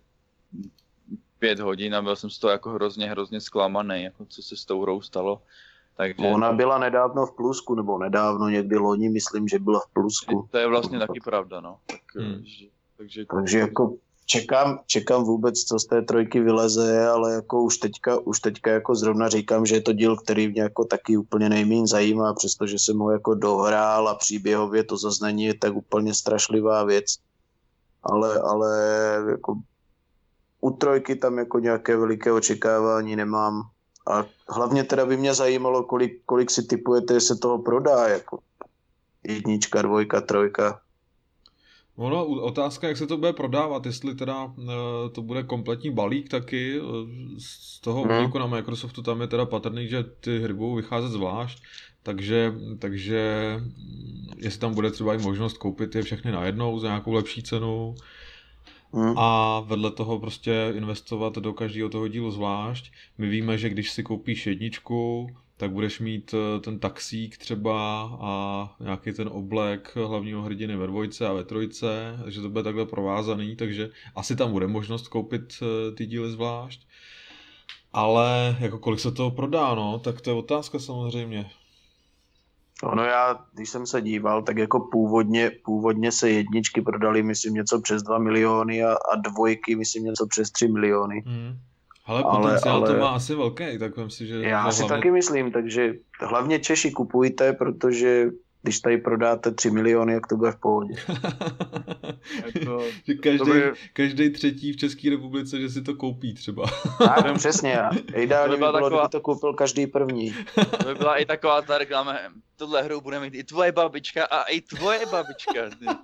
pět hodin a byl jsem z toho jako hrozně, hrozně zklamaný, jako co se s tou hrou stalo. Takže... Ona byla nedávno v plusku, nebo nedávno někdy loni, myslím, že byla v plusku. To je vlastně taky pravda, no. Tak, hmm. že, takže... takže jako čekám, čekám vůbec, co z té trojky vyleze, ale jako už teďka, už teďka jako zrovna říkám, že je to díl, který mě jako taky úplně nejméně zajímá, přestože jsem ho jako dohrál a příběhově to zase není tak úplně strašlivá věc. Ale, ale jako u trojky tam jako nějaké veliké očekávání nemám. A hlavně teda by mě zajímalo, kolik, kolik si tipujete, že se toho prodá, jako jednička, dvojka, trojka. Ono, otázka, jak se to bude prodávat, jestli teda uh, to bude kompletní balík taky, uh, z toho Hmm. úniku na Microsoftu tam je teda patrný, že ty hry budou vycházet zvlášť, takže, takže mm, jestli tam bude třeba i možnost koupit je všechny najednou za nějakou lepší cenu Hmm. a vedle toho prostě investovat do každého toho dílu zvlášť. My víme, že když si koupíš jedničku, tak budeš mít eh, ten taxík třeba a nějaký ten oblek hlavního hrdiny ve dvojce a ve trojce, že to bude takhle provázaný, takže asi tam bude možnost koupit eh, ty díly zvlášť. Ale jako kolik se toho prodá, no, tak to je otázka samozřejmě. Ono já, když jsem se díval, tak jako původně, původně se jedničky prodaly, myslím, něco přes dva miliony a, a dvojky, myslím, něco přes tři miliony. Hmm. Ale Ale- potenciál ale- to má asi velký, tak vem si, že... Já že si hlavně- taky myslím, takže hlavně Češi kupujte, protože když tady prodáte tři miliony, jak to bude v pohodě. Jako, Že každý, Dobrý. každý třetí v České republice, že si to koupí třeba. Tak, přesně. já. Ideálně To by by byla bylo, taková- kdyby to koupil každý první. to by byla i taková ta reklama, tuhle hru bude mít i tvoje babička a i tvoje babička.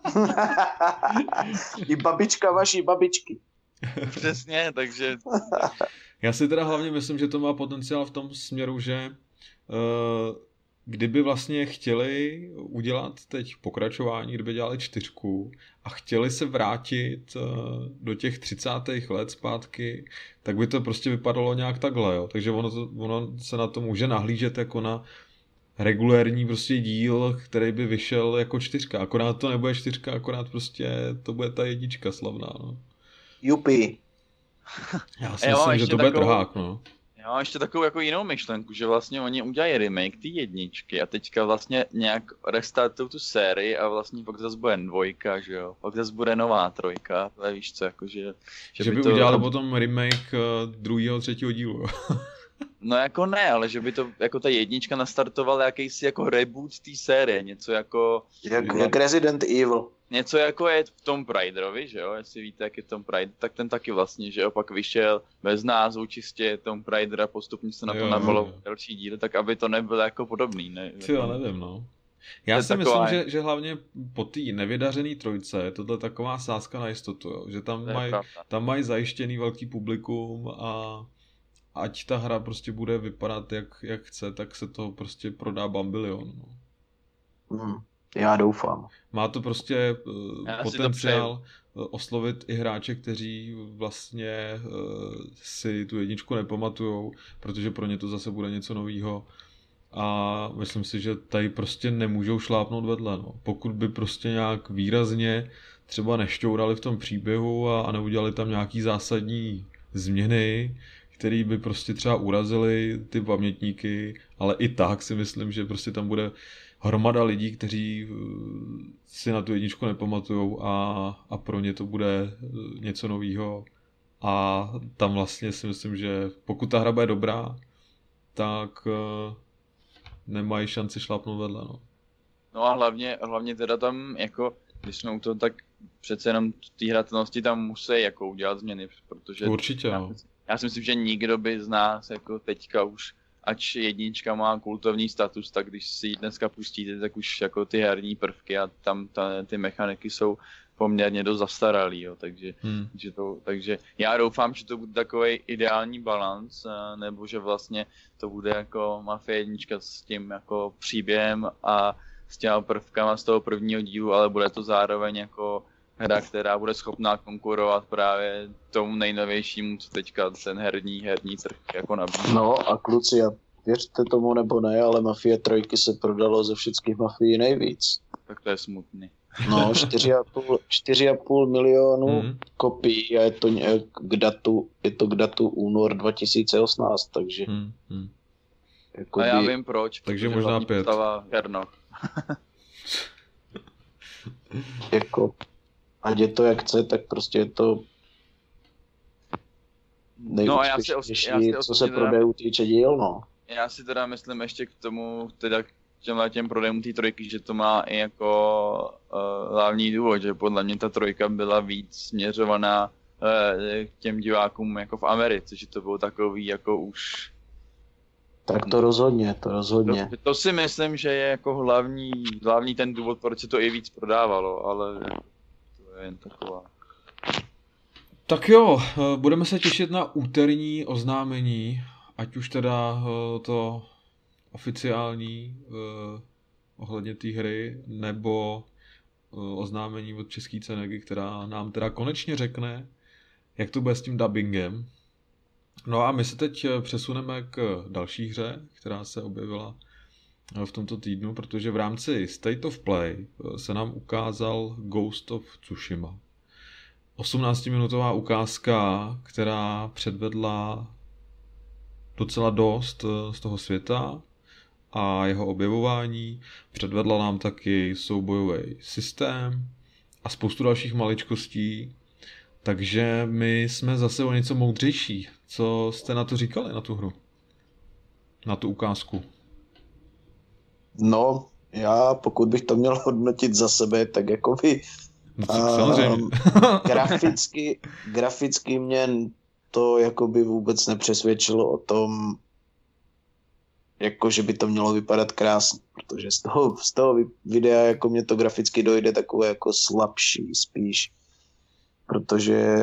I babička vaší babičky. Přesně, takže Já si teda hlavně myslím, že to má potenciál v tom směru, že uh, kdyby vlastně chtěli udělat teď pokračování, kdyby dělali čtyřku a chtěli se vrátit uh, do těch třicátých let zpátky, tak by to prostě vypadalo nějak takhle, jo. Takže ono, to, ono se na to může nahlížet jako na regulérní prostě díl, který by vyšel jako čtyřka. Akorát to nebude čtyřka, akorát prostě to bude ta jednička slavná, no. Jupi. Já si Já mám myslím, že ještě to bude takovou- trhák, no. já mám ještě takovou jako jinou myšlenku, že vlastně oni udělají remake ty jedničky a teďka vlastně nějak restartují tu sérii a vlastně pak zase bude dvojka, že jo, pak zase bude nová trojka, ale víš co, jakože... Že, že by, by to, udělali potom remake uh, druhého, třetího dílu. jo. No jako ne, ale že by to jako ta jednička nastartovala jakýsi jako reboot té série, něco jako... Jak, jak Resident Evil. Něco jako je v Tomb Raiderovi, že jo, jestli víte, jak je Tomb Raider, tak ten taky vlastně, že opak vyšel bez názvu čistě Tomb Raider a postupně se na to Jo, nabalo jo. další díl, tak aby to nebylo jako podobný, ne? Ty jo, nevím, no. Já To je si taková- myslím, že, že hlavně po té nevydařené trojce je tohle taková sázka na jistotu, jo. Že tam To je mají pravda. tam mají zajištěný velký publikum a ať ta hra prostě bude vypadat jak, jak chce, tak se to prostě prodá bambilion. No. Hmm. Já doufám. Má to prostě uh, Já si to potenciál uh, oslovit i hráče, kteří vlastně uh, si tu jedničku nepamatujou, protože pro ně to zase bude něco novýho. A myslím si, že tady prostě nemůžou šlápnout vedle. No. Pokud by prostě nějak výrazně třeba nešťourali v tom příběhu a, a neudělali tam nějaký zásadní změny, které by prostě třeba urazily ty pamětníky, ale i tak si myslím, že prostě tam bude hromada lidí, kteří uh, si na tu jedničku nepamatujou a, a pro ně to bude uh, něco novýho. A tam vlastně si myslím, že pokud ta hra bude dobrá, tak uh, nemají šanci šlápnout vedle. No. No a hlavně, hlavně teda tam jako, když jsme u toho, tak přece jenom té hratelnosti tam musí jako udělat změny, protože Určitě, já, no. já si myslím, že nikdo by z nás jako teďka už, ač jednička má kultovní status, tak když si ji dneska pustíte, tak už jako ty herní prvky a tam ta, ty mechaniky jsou poměrně dost zastaralý, jo, takže, Hmm. že to, takže já doufám, že to bude takový ideální balans, a nebo že vlastně to bude jako Mafia jednička s tím jako příběhem a s těma prvkama z toho prvního dílu, ale bude to zároveň jako hra, která bude schopná konkurovat právě tomu nejnovějšímu, co teďka ten herní, herní trh jako nabízí. No a kluci, a věřte tomu nebo ne, ale Mafie trojky se prodalo ze všech mafií nejvíc. Tak to je smutný. No, čtyři a půl milionu Hmm. kopií a je to nějak k datu, je to k datu únor dva tisíce osmnáct, takže Hmm. Hmm. jako A já by, vím proč. Takže protože možná hlavní pět. postava Hernoch. jako ať je to jak chce, tak prostě je to No a já si, os, já nejúspěšnější, si co se teda, prodejů týče díl, no. Já si teda myslím ještě k tomu, teda k těmhle těm prodejům té trojky, že to má i jako uh, hlavní důvod, že podle mě ta trojka byla víc směřovaná uh, k těm divákům jako v Americe, že to bylo takový jako už... Tak to rozhodně, to rozhodně. To, to si myslím, že je jako hlavní, hlavní ten důvod, proč se to i víc prodávalo, ale to je jen taková... Tak jo, budeme se těšit na úterní oznámení, ať už teda to oficiální eh, ohledně té hry, nebo eh, oznámení od České Cenegy, která nám teda konečně řekne, jak to bude s tím dubbingem. No a my se teď přesuneme k další hře, která se objevila v tomto týdnu, protože v rámci State of Play se nám ukázal Ghost of Tsushima. osmnáctiminutová ukázka, která předvedla docela dost z toho světa a jeho objevování. Předvedla nám taky soubojový systém a spoustu dalších maličkostí. Takže my jsme zase o něco moudřejší. Co jste na to říkali, na tu hru? Na tu ukázku? No, já pokud bych to měl hodnotit za sebe, tak jako by No, samozřejmě. um, graficky, graficky mě to jakoby vůbec nepřesvědčilo o tom, jako že by to mělo vypadat krásně, protože z toho, z toho videa jako mě to graficky dojde takové jako slabší spíš, protože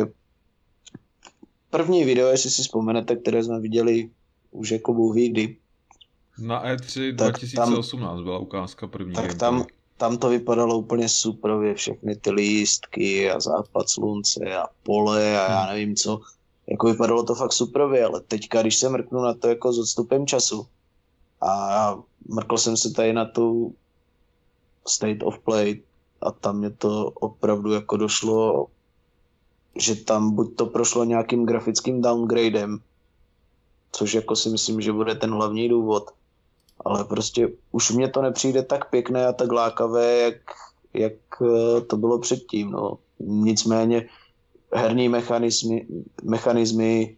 první video, jestli si vzpomenete, které jsme viděli už jako Bůh ví kdy. Na E tři dva tisíce osmnáct tam, byla ukázka první. Tak tam, tam to vypadalo úplně suprově, všechny ty lístky a západ slunce a pole a já nevím co. Jako vypadalo to fakt suprově, ale teďka, když se mrknu na to jako s odstupem času a mrkl jsem se tady na tu State of Play a tam mě to opravdu jako došlo, že tam buď to prošlo nějakým grafickým downgradem, což jako si myslím, že bude ten hlavní důvod, ale prostě už mně to nepřijde tak pěkné a tak lákavé, jak, jak to bylo předtím. No. Nicméně herní mechanismy, mechanismy,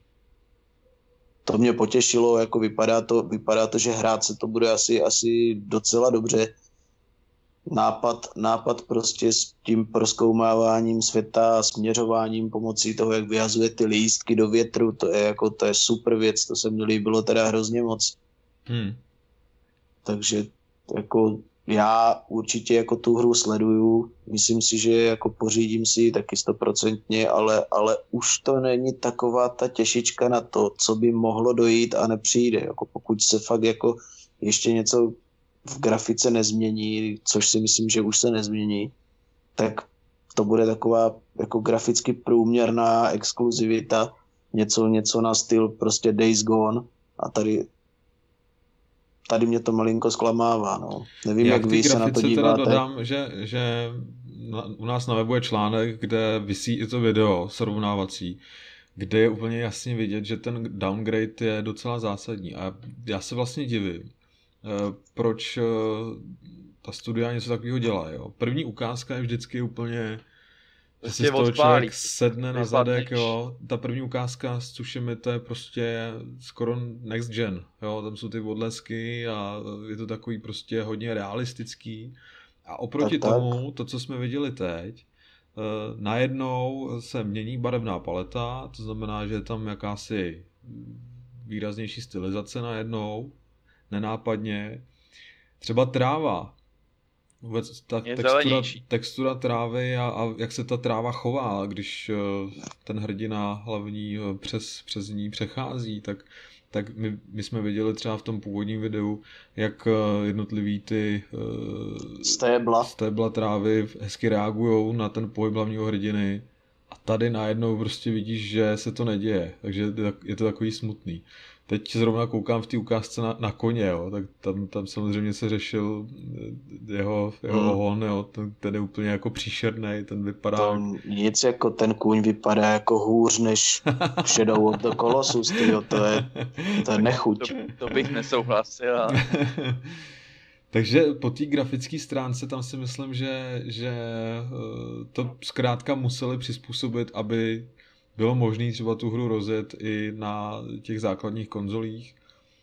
to mě potěšilo, jako vypadá to, vypadá to, že hrát se to bude asi, asi docela dobře. Nápad, nápad prostě s tím prozkoumáváním světa a směřováním pomocí toho, jak vyhazuje ty lístky do větru, to je jako, to je super věc, to se mi líbilo teda hrozně moc. Hmm. Takže jako já určitě jako tu hru sleduju, myslím si, že jako pořídím si ji taky stoprocentně, ale, ale už to není taková ta těšička na to, co by mohlo dojít a nepřijde. Jako pokud se fakt jako ještě něco v grafice nezmění, což si myslím, že už se nezmění, tak to bude taková jako graficky průměrná exkluzivita, něco, něco na styl prostě Days Gone a tady tady mě to malinko zklamává, no. Nevím, jak, jak vy se na to díváte. Teda dodám, že, že na, u nás na webu je článek, kde visí i to video srovnávací, kde je úplně jasně vidět, že ten downgrade je docela zásadní. A já se vlastně divím, proč ta studia něco takového dělá. Jo. První ukázka je vždycky úplně, že si z toho člověk sedne na zadek. Jo. Ta první ukázka s Tsushima, to je prostě skoro next gen. Jo. Tam jsou ty odlesky a je to takový prostě hodně realistický. A oproti tak, tomu, tak. to, co jsme viděli teď, najednou se mění barevná paleta, to znamená, že je tam jakási výraznější stylizace najednou, nenápadně. Třeba tráva. Vůbec ta textura, textura trávy a, a jak se ta tráva chová, když uh, ten hrdina hlavní uh, přes, přes ní přechází, tak, tak my, my jsme viděli třeba v tom původním videu, jak uh, jednotlivý ty uh, stébla. stébla trávy hezky reagujou na ten pohyb hlavního hrdiny a tady najednou prostě vidíš, že se to neděje, takže je to takový smutný. Teď zrovna koukám v té ukázce na, na koně, jo, tak tam, tam samozřejmě se řešil jeho, jeho hmm. ohon, jo, ten, ten je úplně jako příšernej, ten vypadá... To nic jako ten kůň vypadá jako hůř než Shadow of the Colossus, tyjo, to je, to je nechuť. To, to bych nesouhlasil. Takže po té grafické stránce tam si myslím, že, že to zkrátka museli přizpůsobit, aby bylo možné třeba tu hru rozjet i na těch základních konzolích.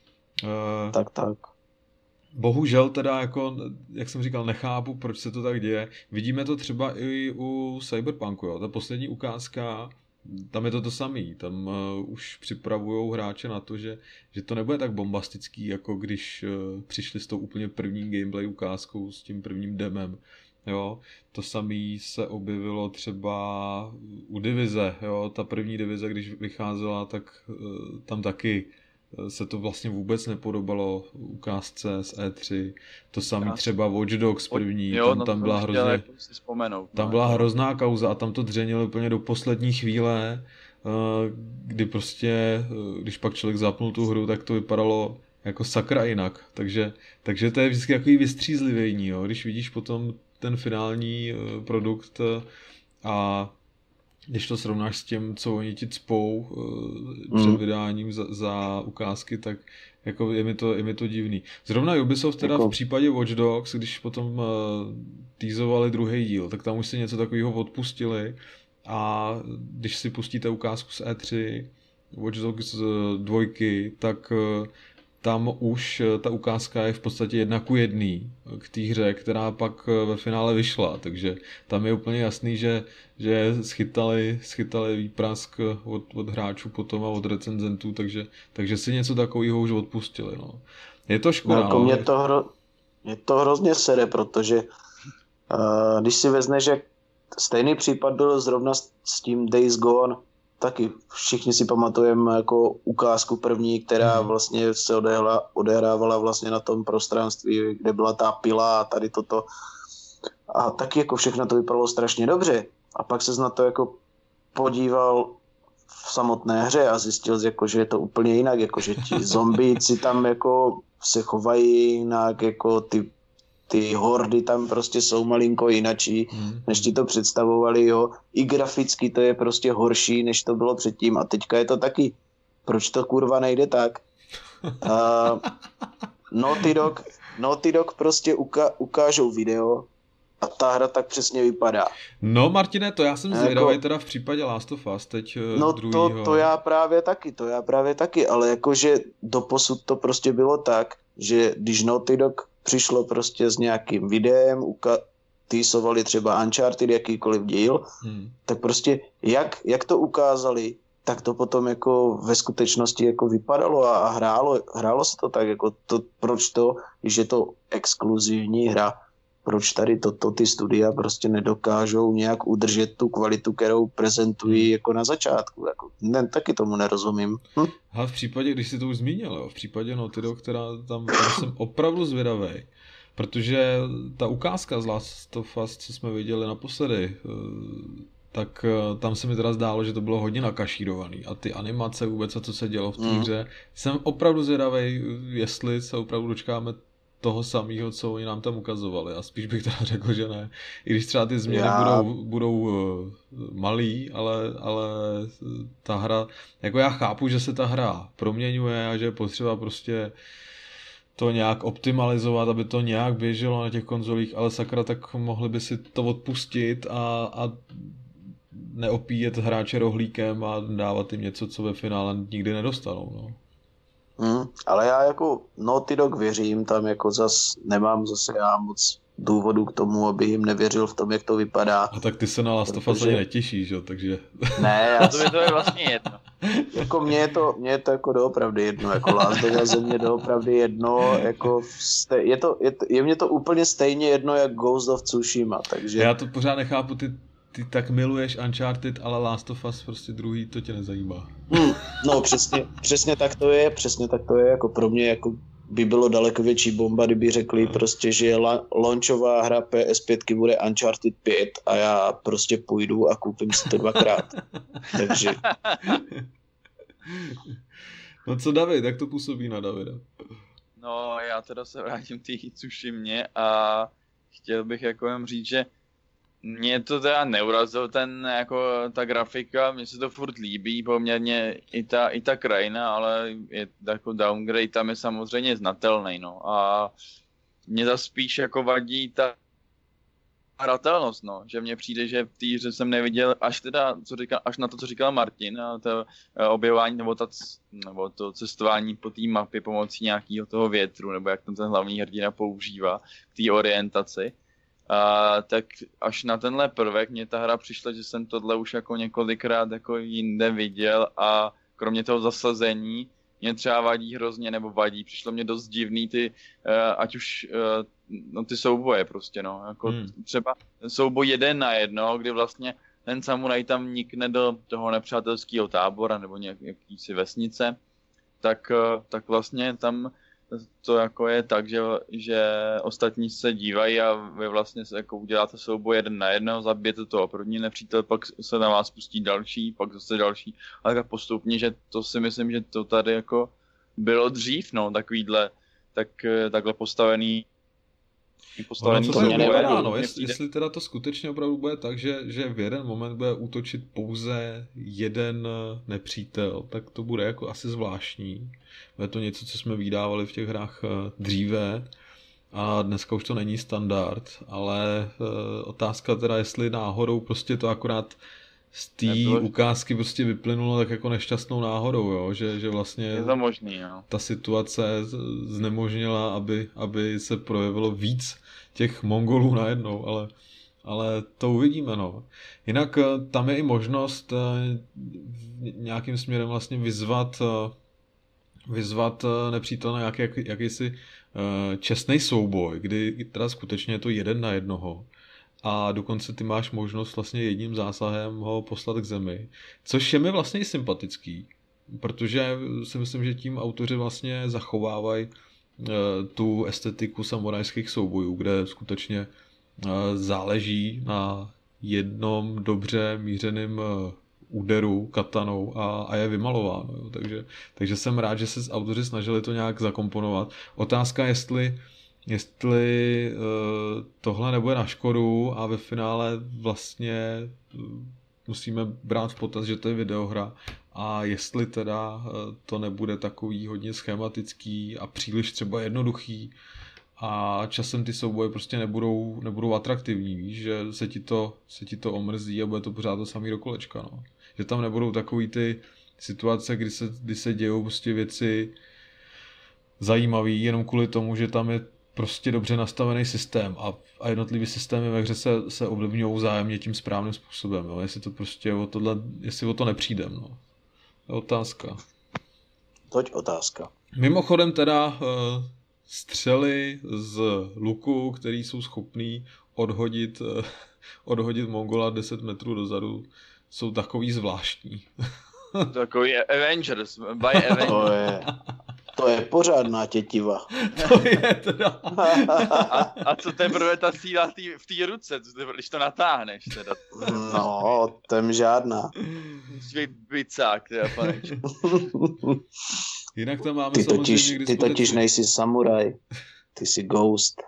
Tak, tak. Bohužel teda, jako, jak jsem říkal, nechápu, proč se to tak děje. Vidíme to třeba i u Cyberpunku, jo. Ta poslední ukázka, tam je to to samý. Tam uh, už připravujou hráče na to, že, že to nebude tak bombastický, jako když uh, přišli s tou úplně první gameplay ukázkou, s tím prvním demem. Jo, to samé se objevilo třeba u Divize, jo, ta první Divize, když vycházela, tak uh, tam taky se to vlastně vůbec nepodobalo ukázce z E tři. To samé třeba Watch Dogs první, jo, tam, no tam byla hrozně, jako si vzpomenout, tam no, byla no. hrozná kauza a tam to dřenilo úplně do poslední chvíle, kdy prostě, když pak člověk zapnul tu hru, tak to vypadalo jako sakra jinak. Takže, takže to je vždycky takový vystřízlivění, jo, když vidíš potom ten finální produkt a když to srovnáš s tím, co oni ti cpou uh, před Mm. vydáním za, za ukázky, tak jako je mi to, je mi to divný. Zrovna Ubisoft teda Jako- v případě Watch Dogs, když potom uh, teasovali druhý díl, tak tam už si něco takového odpustili a když si pustíte ukázku z E tři, Watch Dogs dvojky, tak uh, tam už ta ukázka je v podstatě jedna ku jedný k té hře, která pak ve finále vyšla, takže tam je úplně jasný, že, že schytali, schytali výprask od, od hráčů potom a od recenzentů, takže, takže si něco takového už odpustili. No. Je to No, škoda. jako No. mě, to hro, mě to hrozně sere, protože uh, když si vezmeš, že stejný případ byl zrovna s, s tím Days Gone, taky všichni si pamatujeme jako ukázku první, která Mhm. vlastně se odehla, odehrávala vlastně na tom prostranství, kde byla ta pila a tady toto. A taky jako všechno to vypadalo strašně dobře. A pak se na to jako podíval v samotné hře a zjistil, jako, že je to úplně jinak, jako, že ti zombíci tam jako se chovají jinak, jako ty, ty hordy tam prostě jsou malinko jinačí, Mhm. než ti to představovali, jo. I graficky to je prostě horší, než to bylo předtím a teďka je to taky. Proč to kurva nejde tak? Uh, Naughty Dog, Naughty Dog prostě uka- ukážou video a ta hra tak přesně vypadá. No Martine, to já jsem Jako- zvědavý teda v případě Last of Us, teď eh, No druhýho. to, to já právě taky, to já právě taky, ale jakože doposud to prostě bylo tak, že když Naughty Dog přišlo prostě s nějakým videem, uka- týsovali třeba Uncharted, jakýkoliv díl, Hmm. tak prostě jak, jak to ukázali, tak to potom jako ve skutečnosti jako vypadalo a, a hrálo, hrálo se to tak, jako to, proč to, když je to exkluzivní hra, proč tady toto ty studia prostě nedokážou nějak udržet tu kvalitu, kterou prezentují jako na začátku. Jako, ne, taky tomu nerozumím. Hm? A v případě, když jsi to už zmínil, jo, v případě Naughty Dog, která tam, tam jsem opravdu zvědavej, protože ta ukázka z Last of Us, co jsme viděli naposledy, eh, tak eh, tam se mi teda zdálo, že to bylo hodně nakašírovaný a ty animace vůbec a co se dělo v té Mm. hře, jsem opravdu zvědavej, jestli se opravdu dočkáme toho samého, co oni nám tam ukazovali a spíš bych teda řekl, že ne. I když třeba ty změny Já- budou, budou uh, malý, ale, ale ta hra, jako já chápu, že se ta hra proměňuje a že je potřeba prostě to nějak optimalizovat, aby to nějak běželo na těch konzolích, ale sakra, tak mohli by si to odpustit a, a neopíjet hráče rohlíkem a dávat jim něco, co ve finále nikdy nedostanou. No. Hm? Ale já jako Naughty Dog věřím, tam jako zas nemám zase já moc důvodu k tomu, abych jim nevěřil v tom, jak to vypadá. A tak ty se na Last of Us Protože- ani netěšíš, jo, takže... Ne, já To by to je vlastně jedno. jako mně je to, mně je to jako doopravdy jedno, jako Last of Us je mě doopravdy jedno, jako ste, je, to, je, to, je mě to úplně stejně jedno, jak Ghost of Tsushima, takže Já to pořád nechápu, ty, ty tak miluješ Uncharted, ale Last of Us prostě druhý, to tě nezajímá. hm, no přesně, přesně tak to je, přesně tak to je, jako pro mě jako by bylo daleko větší bomba, kdyby řekli prostě, že la, launchová hra P S pět bude Uncharted pět a já prostě půjdu a koupím si to dvakrát. Takže No co David, jak to působí na Davida? No, já teda se vrátím k té Tsushimě a chtěl bych jako jen říct, že mě to teda neurazil ten, jako ta grafika, mně se to furt líbí poměrně i ta, i ta krajina, ale je jako downgrade tam je samozřejmě znatelný, no a mě to spíš jako vadí ta hratelnost, no, že mně přijde, že v té hře jsem neviděl až teda, co říkal, až na to, co říkal Martin, a to objevování nebo, ta, nebo to cestování po té mapě pomocí nějakého toho větru, nebo jak ten, ten hlavní hrdina používá k té orientaci, a, tak až na tenhle prvek mě ta hra přišla, že jsem tohle už jako několikrát jako jinde viděl a kromě toho zasazení mě třeba vadí hrozně, nebo vadí, přišlo mě dost divný ty, uh, ať už uh, no, ty souboje prostě, no, jako hmm. třeba souboj jeden na jedno, kdy vlastně ten samuraj tam nikne do toho nepřátelského tábora nebo nějakýsi vesnice, tak, uh, tak vlastně tam to jako je tak, že, že ostatní se dívají a vy vlastně se jako uděláte souboj jeden na jedno, zabijete toho první nepřítel, pak se na vás pustí další, pak zase další, ale tak postupně, že to si myslím, že to tady jako bylo dřív, no, takovýhle, tak, takhle postavený Ono, to se nevedá, no, jestli, jestli teda to skutečně opravdu bude tak, že, že v jeden moment bude útočit pouze jeden nepřítel, tak to bude jako asi zvláštní. Bude to něco, co jsme vydávali v těch hrách dříve a dneska už to není standard, ale e, otázka teda, jestli náhodou prostě to akorát z té ukázky prostě vyplynulo tak jako nešťastnou náhodou, jo? Že, že vlastně je to možný, jo. Ta situace znemožnila, aby, aby se projevilo víc těch Mongolů najednou, ale, ale to uvidíme, no. Jinak tam je i možnost nějakým směrem vlastně vyzvat vyzvat nepřítele na nějaký, jak, jakýsi čestný souboj, kdy teda skutečně je to jeden na jednoho. A dokonce ty máš možnost vlastně jedním zásahem ho poslat k zemi. Což je mi vlastně i sympatický, protože si myslím, že tím autoři vlastně zachovávají tu estetiku samurajských soubojů, kde skutečně záleží na jednom dobře mířeným úderu katanou a, a je vymalováno. Jo. Takže, takže jsem rád, že se autoři snažili to nějak zakomponovat. Otázka, jestli jestli uh, tohle nebude na škodu a ve finále vlastně uh, musíme brát v potaz, že to je videohra a jestli teda uh, to nebude takový hodně schematický a příliš třeba jednoduchý a časem ty souboje prostě nebudou, nebudou atraktivní, víš, že se ti, to, se ti to omrzí a bude to pořád to samý do kolečka, no. Že tam nebudou takový ty situace, kdy se, kdy se dějou prostě věci zajímavý jenom kvůli tomu, že tam je prostě dobře nastavený systém a, a jednotlivý systémy ve hře se, se ovlivňují vzájemně tím správným způsobem, jo. Jestli to prostě o tohle, jestli o to nepřijdem, no. To je otázka. Toť otázka. Mimochodem teda uh, střely z luku, který jsou schopný odhodit, uh, odhodit Mongola deset metrů dozadu, jsou takový zvláštní. Takový Avengers, by Avengers. To je, to je pořádná tětiva. To je teda. A, a co teprve ta síla tý, v té ruce, když to natáhneš teda. No, tem žádná. Svý bicák, teda, panečku. Jinak tam máme ty samozřejmě totiž, ty totiž nejsi samuraj, ty jsi ghost.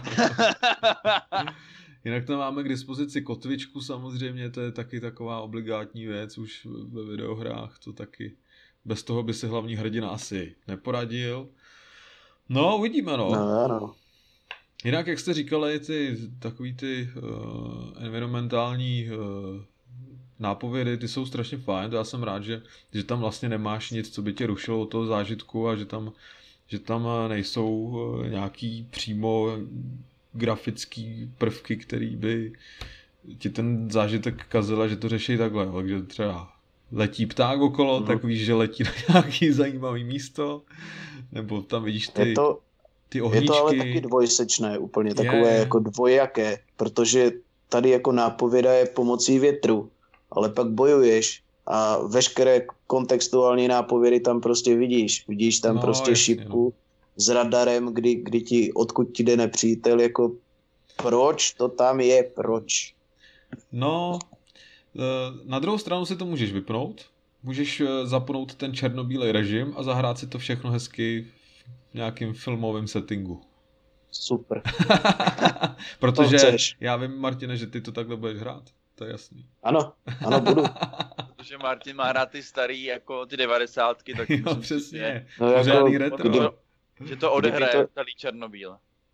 Jinak tam máme k dispozici kotvičku samozřejmě, to je taky taková obligátní věc už ve videohrách, to taky bez toho by si hlavní hrdina asi neporadil. No, uvidíme, no. No, no. Jinak, jak jste říkali, ty takový ty uh, environmentální uh, nápovědy, ty jsou strašně fajn, to já jsem rád, že, že tam vlastně nemáš nic, co by tě rušilo od toho zážitku a že tam, že tam nejsou uh, nějaký přímo grafický prvky, který by ti ten zážitek kazil a že to řeší takhle, takže třeba letí pták okolo, mm. tak víš, že letí na nějaký zajímavý místo, nebo tam vidíš ty, to, ty ohníčky. Je to ale taky dvojsečné, úplně takové je. Jako dvojaké, protože tady jako nápověda je pomocí větru, ale pak bojuješ a veškeré kontextuální nápovědy tam prostě vidíš. Vidíš tam no, prostě jasně, šipku no. s radarem, kdy, kdy ti, odkud ti jde nepřítel, jako proč to tam je, proč? No, na druhou stranu si to můžeš vypnout, můžeš zapnout ten černobílej režim a zahrát si to všechno hezky v nějakým filmovém settingu. Super. Protože já vím, Martine, že ty to takhle budeš hrát, to je jasný. Ano, ano, budu. Protože Martin má hrát ty starý, jako ty devadesátky, tak jo, přesně. No, pořádný jako, retro. To, že to odehraje to... celý Černobíl.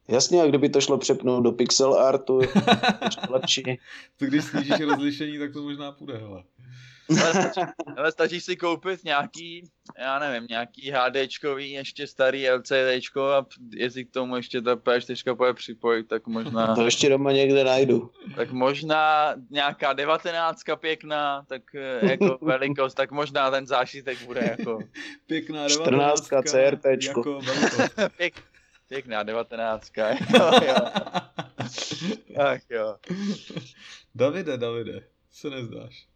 Jasně, a kdyby to šlo přepnout do pixel artu, ještě lepší. To když snížíš rozlišení, tak to možná půjde, hele. Ale stačí, ale stačí si koupit nějaký, já nevím, nějaký HDčkový, ještě starý LCDčko a jestli k tomu ještě ta P čtyři bude připojit, tak možná... To ještě doma někde najdu. Tak možná nějaká devatenáctka pěkná, tak jako velikost, tak možná ten zášitek bude jako... Pěkná čtrnáctka CRTčko. Jako velikost. Pěk, pěkná devatenáctka, jo, jo. Ach jo. Davide, Davide, se nezdáš.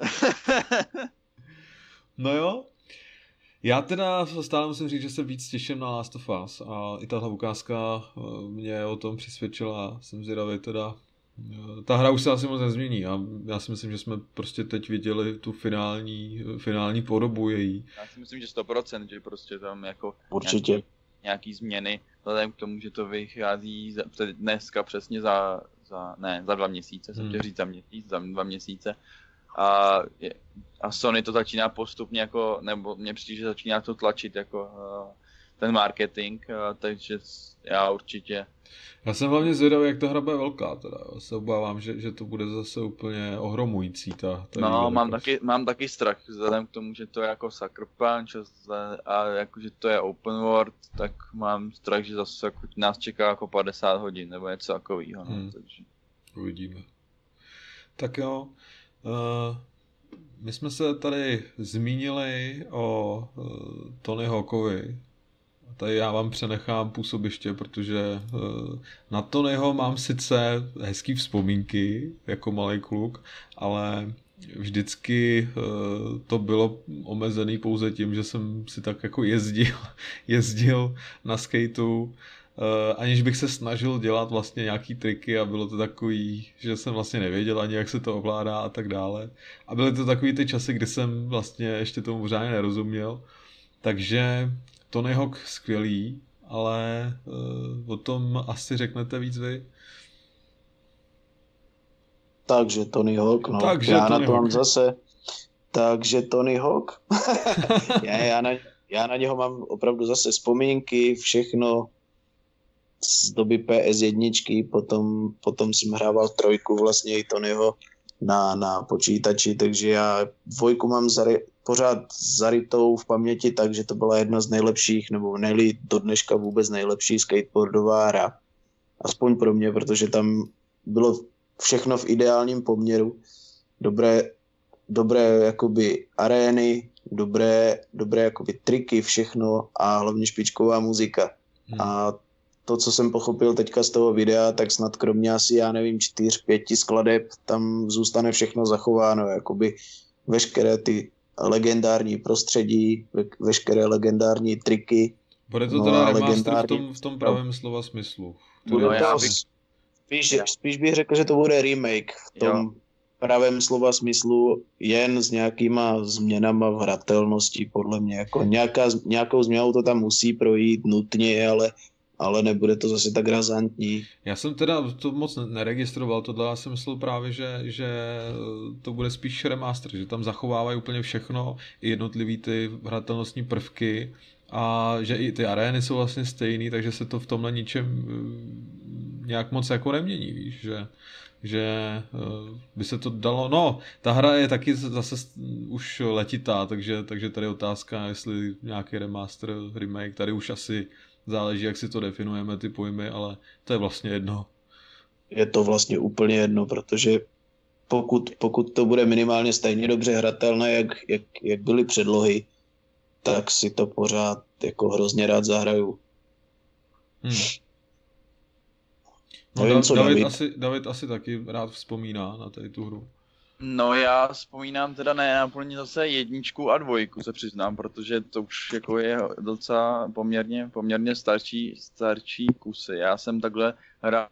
No jo, já teda stále musím říct, že se víc těším na Last of Us a i tahle ukázka mě o tom přesvědčila, jsem zvědavý teda. Ta hra už se asi moc nezmění a já si myslím, že jsme prostě teď viděli tu finální, finální podobu její. Já si myslím, že sto procent, že prostě tam jako určitě nějaký, nějaký změny, vzhledem k tomu, že to vychází za, dneska přesně za, za, ne, za dva měsíce, jsem hmm. chtěl říct za měsíc, za dva měsíce. A, a Sony to začíná postupně jako, nebo mě přijde, že začíná to tlačit jako uh, ten marketing, uh, takže já určitě. Já jsem hlavně zvědavý, jak ta hra bude velká teda, já se obávám, že, že to bude zase úplně ohromující ta, ta No, mám taky, mám taky strach, vzhledem k tomu, že to je jako Sucker Punch a, a jako, že to je open world, tak mám strach, že zase jako nás čeká jako padesát hodin nebo něco takového, no, hmm. takže. Uvidíme. Tak jo. Uh, my jsme se tady zmínili o uh, Tony Hawkovi. Tady já vám přenechám působiště, protože uh, na Tonyho mám sice hezký vzpomínky jako malý kluk, ale vždycky uh, to bylo omezený pouze tím, že jsem si tak jako jezdil, jezdil na skateu, Uh, aniž bych se snažil dělat vlastně nějaký triky a bylo to takový, že jsem vlastně nevěděl ani, jak se to ovládá a tak dále. A byly to takový ty časy, kdy jsem vlastně ještě tomu pořádně nerozuměl. Takže Tony Hawk skvělý, ale uh, o tom asi řeknete víc vy. Takže Tony Hawk, no. Takže já Tony na to Hawk. mám zase. Takže Tony Hawk. já, já, na, já na něho mám opravdu zase vzpomínky, všechno z doby P S jedna, potom, potom jsem hrával trojku vlastně i Tonyho na, na počítači, takže já dvojku mám zary, pořád zarytou v paměti, takže to byla jedna z nejlepších, nebo nejli do dneška vůbec nejlepší skateboardová hra. Aspoň pro mě, protože tam bylo všechno v ideálním poměru. Dobré, dobré jakoby arény, dobré, dobré jakoby triky, všechno a hlavně špičková muzika. Hmm. A to, co jsem pochopil teďka z toho videa, tak snad kromě asi, já nevím, čtyř, pěti skladeb, tam zůstane všechno zachováno, jakoby veškeré ty legendární prostředí, ve, veškeré legendární triky. Bude to teda no, remaster v tom, v tom pravém no. slova smyslu. Bude to, já bych... spíš, spíš bych řekl, že to bude remake v tom jo. pravém slova smyslu, jen s nějakýma změnama v hratelnosti, podle mě. Jako nějaká, nějakou změnou to tam musí projít nutně, ale ale nebude to zase tak razantní. Já jsem teda to moc neregistroval, tohle já jsem myslel právě, že, že to bude spíš remaster, že tam zachovávají úplně všechno, i jednotlivý ty hratelnostní prvky a že i ty arény jsou vlastně stejný, takže se to v tomhle ničem nějak moc jako nemění, víš, že, že by se to dalo, no, ta hra je taky zase už letitá, takže, takže tady je otázka, jestli nějaký remaster, remake, tady už asi záleží, jak si to definujeme, ty pojmy, ale to je vlastně jedno. Je to vlastně úplně jedno, protože pokud, pokud to bude minimálně stejně dobře hratelné, jak, jak, jak byly předlohy, tak si to pořád jako hrozně rád zahraju. Hmm. No, Nevím, co David, David. Asi, David asi taky rád vzpomíná na tady tu hru. No já vzpomínám teda ne naplně zase jedničku a dvojku, se přiznám, protože to už jako je docela poměrně, poměrně starší, starší kusy. Já jsem takhle hrál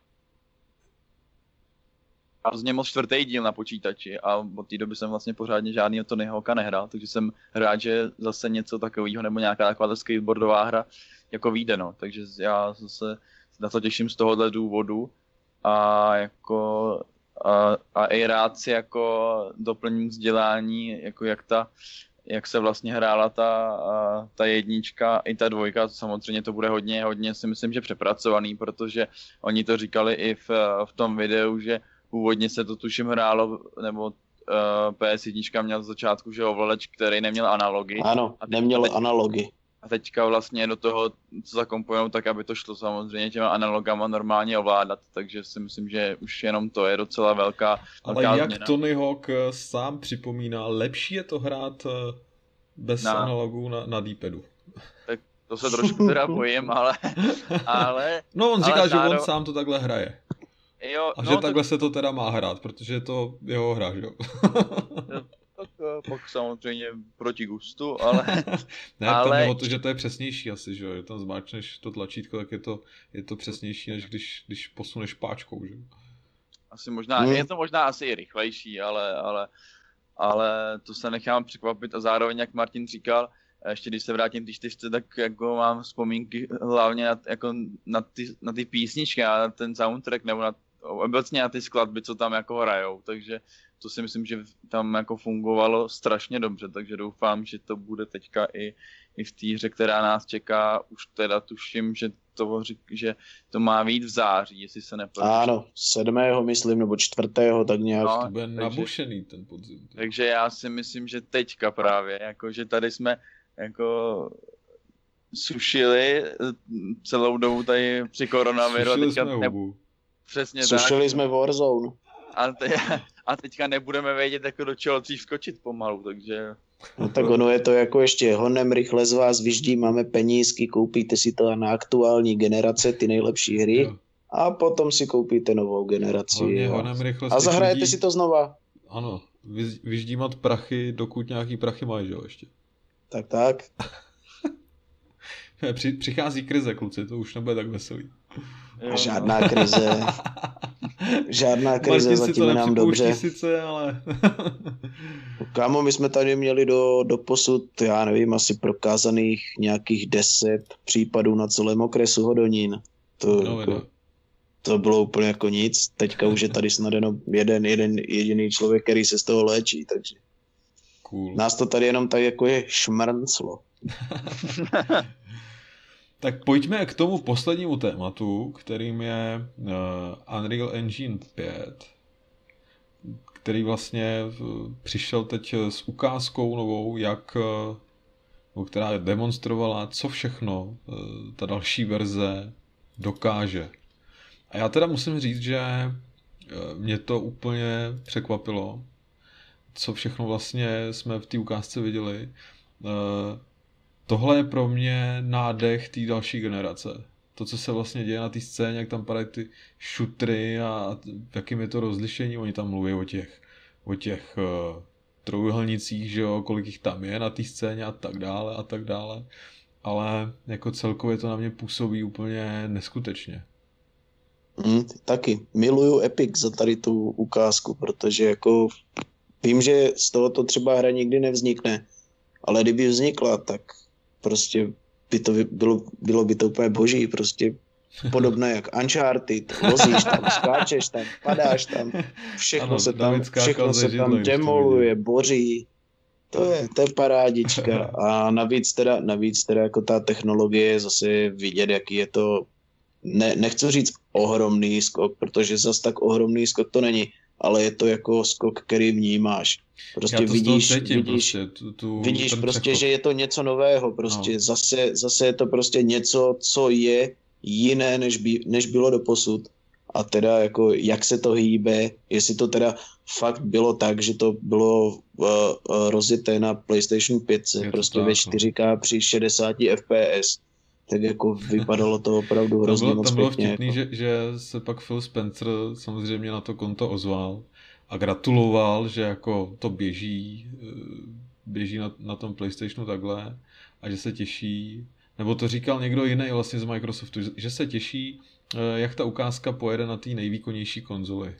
hrozně moc čtvrtý díl na počítači a od té doby jsem vlastně pořádně žádný Tony Hawka nehrál, takže jsem rád, že zase něco takového nebo nějaká taková skateboardová hra jako vyjde, no. Takže já zase na to těším z tohohle důvodu a jako A, a i rád si jako doplním vzdělání, jako jak ta, jak se vlastně hrála ta, ta jednička i ta dvojka, samozřejmě to bude hodně, hodně si myslím, že přepracovaný, protože oni to říkali i v, v tom videu, že původně se to tuším hrálo, nebo uh, P S jedna měl z začátku, že ovladač, který neměl analogy. Ano, a teď, neměl a teď, analogy. A teďka vlastně do toho, co zakomponují, tak aby to šlo samozřejmě těma analogama normálně ovládat, takže si myslím, že už jenom to je docela velká, velká Ale jak změna. Tony Hawk sám připomíná, lepší je to hrát bez na, analogů na, na D-padu. Tak to se trošku teda bojím, ale... ale no on říká, ale že zároveň... on sám to takhle hraje. Jo, a no, že takhle to... se to teda má hrát, protože je to jeho hra, že jo? Tak pak samozřejmě proti gustu, ale... ne, ale... tam je o to, že to je přesnější asi, že jo? Že tam zmáčneš to tlačítko, tak je to, je to přesnější, než když, když posuneš páčkou, že jo? Asi možná, hmm. je to možná asi i rychlejší, ale, ale, ale to se nechám překvapit a zároveň, jak Martin říkal, ještě když se vrátím ty čtyřce, tak jako mám vzpomínky hlavně na, jako na, ty, na ty písničky a na ten soundtrack, nebo na, obecně na ty skladby, co tam jako hrajou, takže to si myslím, že tam jako fungovalo strašně dobře, takže doufám, že to bude teďka i, i v té hře, která nás čeká, už teda tuším, že to, že to má vyjít v září, jestli se nepletu. Ano, sedmého myslím, nebo čtvrtého, tak nějak. No, to bude nabušený ten podzim. Takže já si myslím, že teďka právě, jako že tady jsme jako sušili celou dobu tady při koronaviru. Sušili teďka jsme ne... hubu. Přesně sušili tak. jsme Warzone. A, te... a teďka nebudeme vědět, jako do čeho dřív skočit pomalu, takže... No tak ono je to jako ještě honem rychle z vás vyždí, máme penízky, koupíte si to na aktuální generace, ty nejlepší hry jo. A potom si koupíte novou generaci. Hlavně honem rychle a zahrajete lidí... si to znova. Ano, vyždímat prachy, dokud nějaký prachy mají, že jo, ještě. Tak, tak. Při, přichází krize, kluci, to už nebude tak veselý. Jo, žádná krize. Žádná krize, zatím je nám dobře. Sice, ale... Kámo, my jsme tady měli do, do posud, já nevím, asi prokázaných nějakých deset případů na celém okresu Hodonín. To, no, jako, to bylo úplně jako nic. Teďka už je tady snad jenom jeden, jeden jediný člověk, který se z toho léčí, takže... Cool. Nás to tady jenom tak jako je šmrnclo. Tak pojďme k tomu poslednímu tématu, kterým je uh, Unreal Engine pět, který vlastně přišel teď s ukázkou novou, jak, uh, která demonstrovala, co všechno uh, ta další verze dokáže. A já teda musím říct, že uh, mě to úplně překvapilo, co všechno vlastně jsme v té ukázce viděli. Uh, Tohle je pro mě nádech té další generace. To, co se vlastně děje na té scéně, jak tam padají ty šutry a jakým je to rozlišení. Oni tam mluví o těch, o těch uh, trojuhelnicích, že jo, kolik jich tam je na té scéně a tak dále a tak dále. Ale jako celkově to na mě působí úplně neskutečně. Mm, taky. Miluju Epic za tady tu ukázku, protože jako vím, že z tohoto třeba hra nikdy nevznikne, ale kdyby vznikla, tak prostě by to bylo, bylo by to úplně boží, prostě podobné jak Uncharted, lozíš tam, skáčeš tam, padáš tam, všechno ano, se tam, všechno se tam demoluje, boří, to je, to je parádička a navíc teda, navíc teda jako ta technologie je zase vidět, jaký je to, ne, nechci říct ohromný skok, protože zas tak ohromný skok to není, ale je to jako skok, který vnímáš. Prostě vidíš, cítím, vidíš, prostě, tu, tu, vidíš prostě, přechod. že je to něco nového, prostě no. zase, zase je to prostě něco, co je jiné, než, by, než bylo doposud. A teda jako, jak se to hýbe, jestli to teda fakt bylo tak, že to bylo uh, uh, rozjeté na PlayStation pět, prostě tak, ve čtyři ká při šedesáti F P S. Tak jako vypadalo to opravdu hrozně tam bylo, moc tam bylo pěkně. vtipný, Jako. že, že se pak Phil Spencer samozřejmě na to konto ozval a gratuloval, že jako to běží, běží na, na tom PlayStationu takhle a že se těší, nebo to říkal někdo jiný vlastně z Microsoftu, že se těší, jak ta ukázka pojede na té nejvýkonnější konzoli.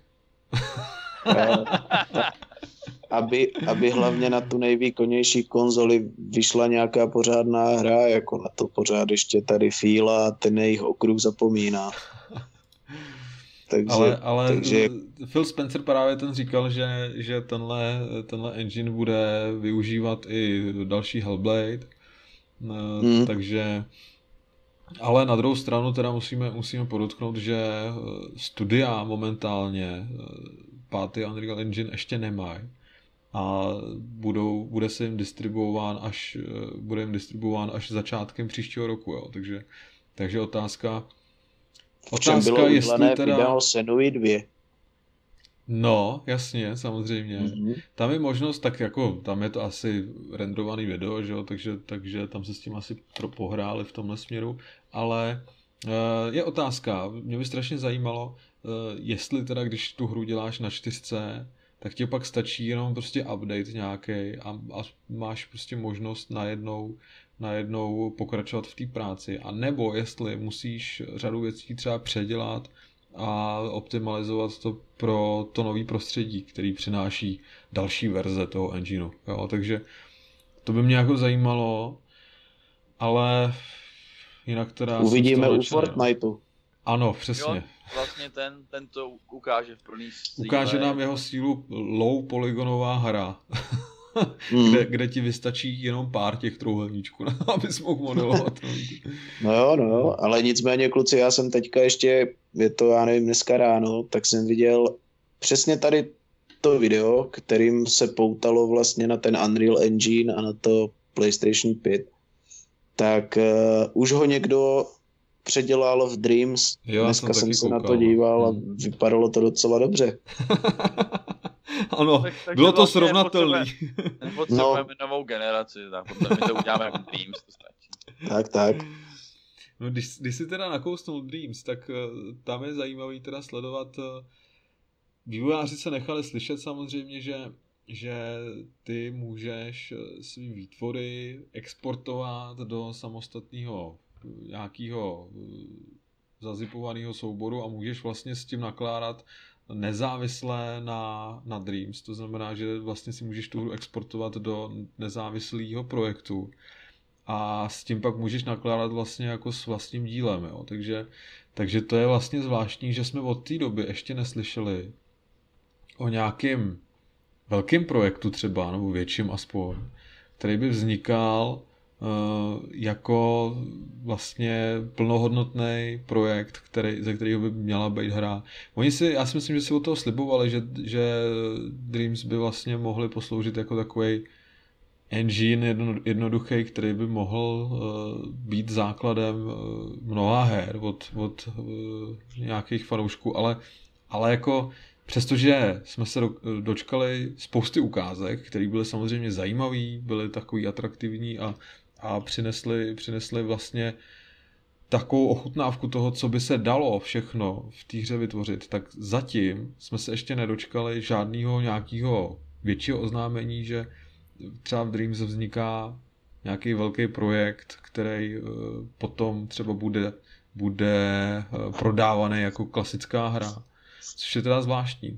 aby, aby hlavně na tu nejvýkonnější konzoli vyšla nějaká pořádná hra, jako na to pořád ještě tady Fíla a ten jejich okruh zapomíná. takže... Ale, ale takže... Phil Spencer právě ten říkal, že, že tenhle, tenhle engine bude využívat i další Hellblade, hmm. takže... Ale na druhou stranu teda musíme, musíme podotknout, že studia momentálně pátý Unreal Engine ještě nemají a budou, bude se jim distribuován až, bude jim distribuován až začátkem příštího roku, jo. Takže, takže otázka, otázka bylo jestli teda... video Senui dva. No, jasně, samozřejmě. Mm-hmm. Tam je možnost, tak jako, tam je to asi renderovaný video, že jo, takže, takže tam se s tím asi pro pohráli v tomhle směru, ale uh, je otázka, mě by strašně zajímalo, uh, jestli teda, když tu hru děláš na čtyřce, tak ti pak stačí jenom prostě update nějaký a, a máš prostě možnost najednou, najednou pokračovat v té práci, a nebo jestli musíš řadu věcí třeba předělat a optimalizovat to pro to nový prostředí, který přináší další verze toho engineu. Jo, takže to by mě jako zajímalo, ale jinak teda... Uvidíme u Fortniteu. Ano, přesně. Jo, vlastně ten, ten to ukáže v plný síle. Ukáže nám jeho sílu low polygonová hra, mm. kde, kde ti vystačí jenom pár těch trouhelníčků, abys mohl modelovat. No jo, no jo, ale nicméně kluci, já jsem teďka ještě, je to já nevím, dneska ráno, tak jsem viděl přesně tady to video, kterým se poutalo vlastně na ten Unreal Engine a na to PlayStation pět. Tak uh, už ho někdo předělal v Dreams. Jo, dneska jsem, jsem se koukal. na to díval a hmm. vypadalo to docela dobře. Ano, tak, bylo to vlastně srovnatelný. Nepotřebujeme no. novou generaci, tak potom my to uděláme jako Dreams, to stačí. Tak, tak. No, když, když si teda nakousnul Dreams, tak uh, tam je zajímavý teda sledovat, uh, vývojáři se nechali slyšet samozřejmě, že, že ty můžeš svý výtvory exportovat do samostatného nějakého zazipovaného souboru a můžeš vlastně s tím nakládat nezávisle na, na Dreams, to znamená, že vlastně si můžeš tu hru exportovat do nezávislého projektu a s tím pak můžeš nakládat vlastně jako s vlastním dílem, jo. Takže, takže to je vlastně zvláštní, že jsme od té doby ještě neslyšeli o nějakém velkém projektu třeba, nebo větším aspoň, který by vznikal jako vlastně plnohodnotný projekt, který, ze kterého by měla být hra. Oni si, já si myslím, že si od toho slibovali, že, že Dreams by vlastně mohli posloužit jako takový engine jedno, jednoduchý, který by mohl uh, být základem uh, mnoha her od, od uh, nějakých fanoušků, ale, ale jako přestože jsme se do, dočkali spousty ukázek, které byly samozřejmě zajímavý, byly takový atraktivní a a přinesli, přinesli vlastně takovou ochutnávku toho, co by se dalo všechno v té hře vytvořit, tak zatím jsme se ještě nedočkali žádného nějakého většího oznámení, že třeba v Dreams vzniká nějaký velký projekt, který potom třeba bude, bude prodávaný jako klasická hra, což je teda zvláštní.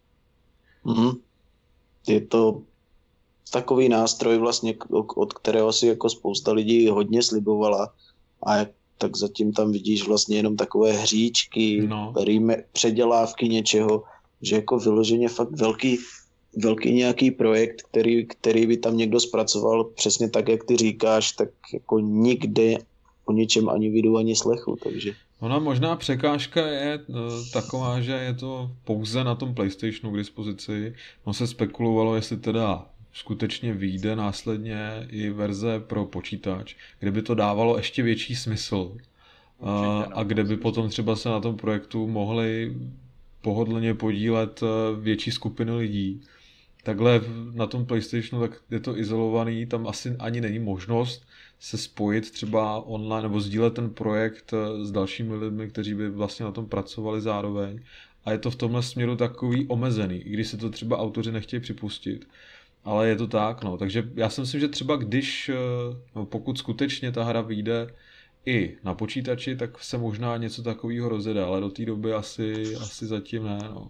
Mm-hmm. Je to takový nástroj vlastně, od kterého si jako spousta lidí hodně slibovala a tak zatím tam vidíš vlastně jenom takové hříčky, no. rýme, předělávky něčeho, že jako vyloženě fakt velký, velký nějaký projekt, který, který by tam někdo zpracoval přesně tak, jak ty říkáš, tak jako nikde o ničem ani vidu, ani slechu, takže... Ona možná překážka je taková, že je to pouze na tom PlayStationu k dispozici. No se spekulovalo, jestli teda skutečně vyjde následně i verze pro počítač, kde by to dávalo ještě větší smysl. A, a kde by potom třeba se na tom projektu mohli pohodlně podílet větší skupiny lidí. Takhle na tom PlayStationu tak je to izolovaný, tam asi ani není možnost se spojit třeba online nebo sdílet ten projekt s dalšími lidmi, kteří by vlastně na tom pracovali zároveň. A je to v tomhle směru takový omezený, i když se to třeba autoři nechtějí připustit. Ale je to tak, no. Takže já si myslím, že třeba když, no, pokud skutečně ta hra vyjde i na počítači, tak se možná něco takového rozjede, ale do té doby asi, asi zatím ne, no.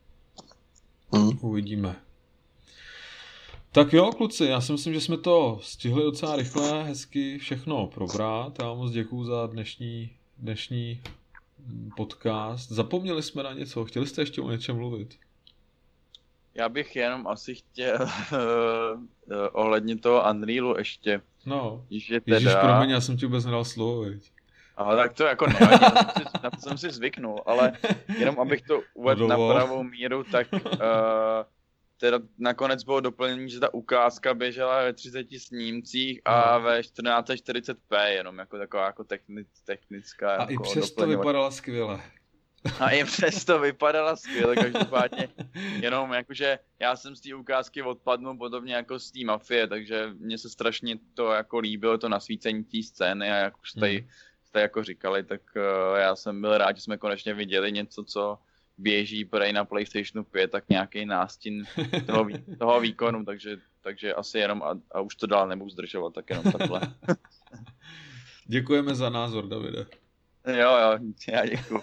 Hmm. Uvidíme. Tak jo, kluci, já si myslím, že jsme to stihli docela rychle, hezky všechno probrat. Já vám moc děkuju za dnešní, dnešní podcast. Zapomněli jsme na něco, chtěli jste ještě o něčem mluvit? Já bych jenom asi chtěl uh, uh, ohledně toho Unrealu ještě. No, že teda... Ježíš, teda... promiň, já jsem ti vůbec nedal slovo, veď. Ale tak to jako nevadí, na to, si, na to jsem si zvyknul, ale jenom abych to uvedl na pravou míru, tak uh, teda nakonec bylo doplnění, že ta ukázka běžela ve třiceti snímcích a ve čtrnáct čtyřicet pé, jenom jako taková jako technic, technická. A jako i přesto vypadala skvěle. A i přesto vypadala skvěle, každopádně jenom jakože já jsem z té ukázky odpadnul podobně jako z té Mafie, takže mně se strašně to jako líbilo, to nasvícení té scény a jak už tady hmm. jste jako říkali, tak uh, já jsem byl rád, že jsme konečně viděli něco, co běží prej na PlayStationu pět, tak nějaký nástin toho, toho výkonu, takže, takže asi jenom a, a už to dál nebudu zdržovat, tak jenom takhle. Děkujeme za názor, Davide. Jo, jo, já děkuju.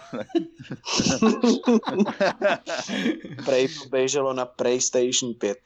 Prej to běželo na PlayStation pět.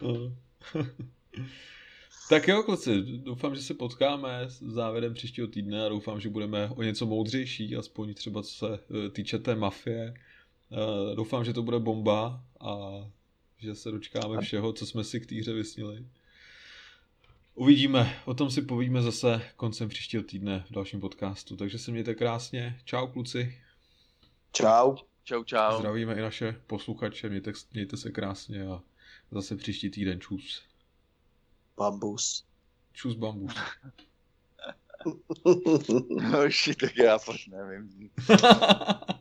Tak jo, kluci, doufám, že se potkáme s závěrem příštího týdne a doufám, že budeme o něco moudřejší, aspoň třeba co se týče té Mafie. Doufám, že to bude bomba a že se dočkáme všeho, co jsme si k té hře vysnili. Uvidíme, o tom si povíme zase koncem příštího týdne v dalším podcastu, takže se mějte krásně. Čau, kluci. Čau. Čau, čau. Zdravíme i naše posluchače, mějte, mějte se krásně a zase příští týden čus. Bambus. Čus bambus. No shit, tak já fakt nevím.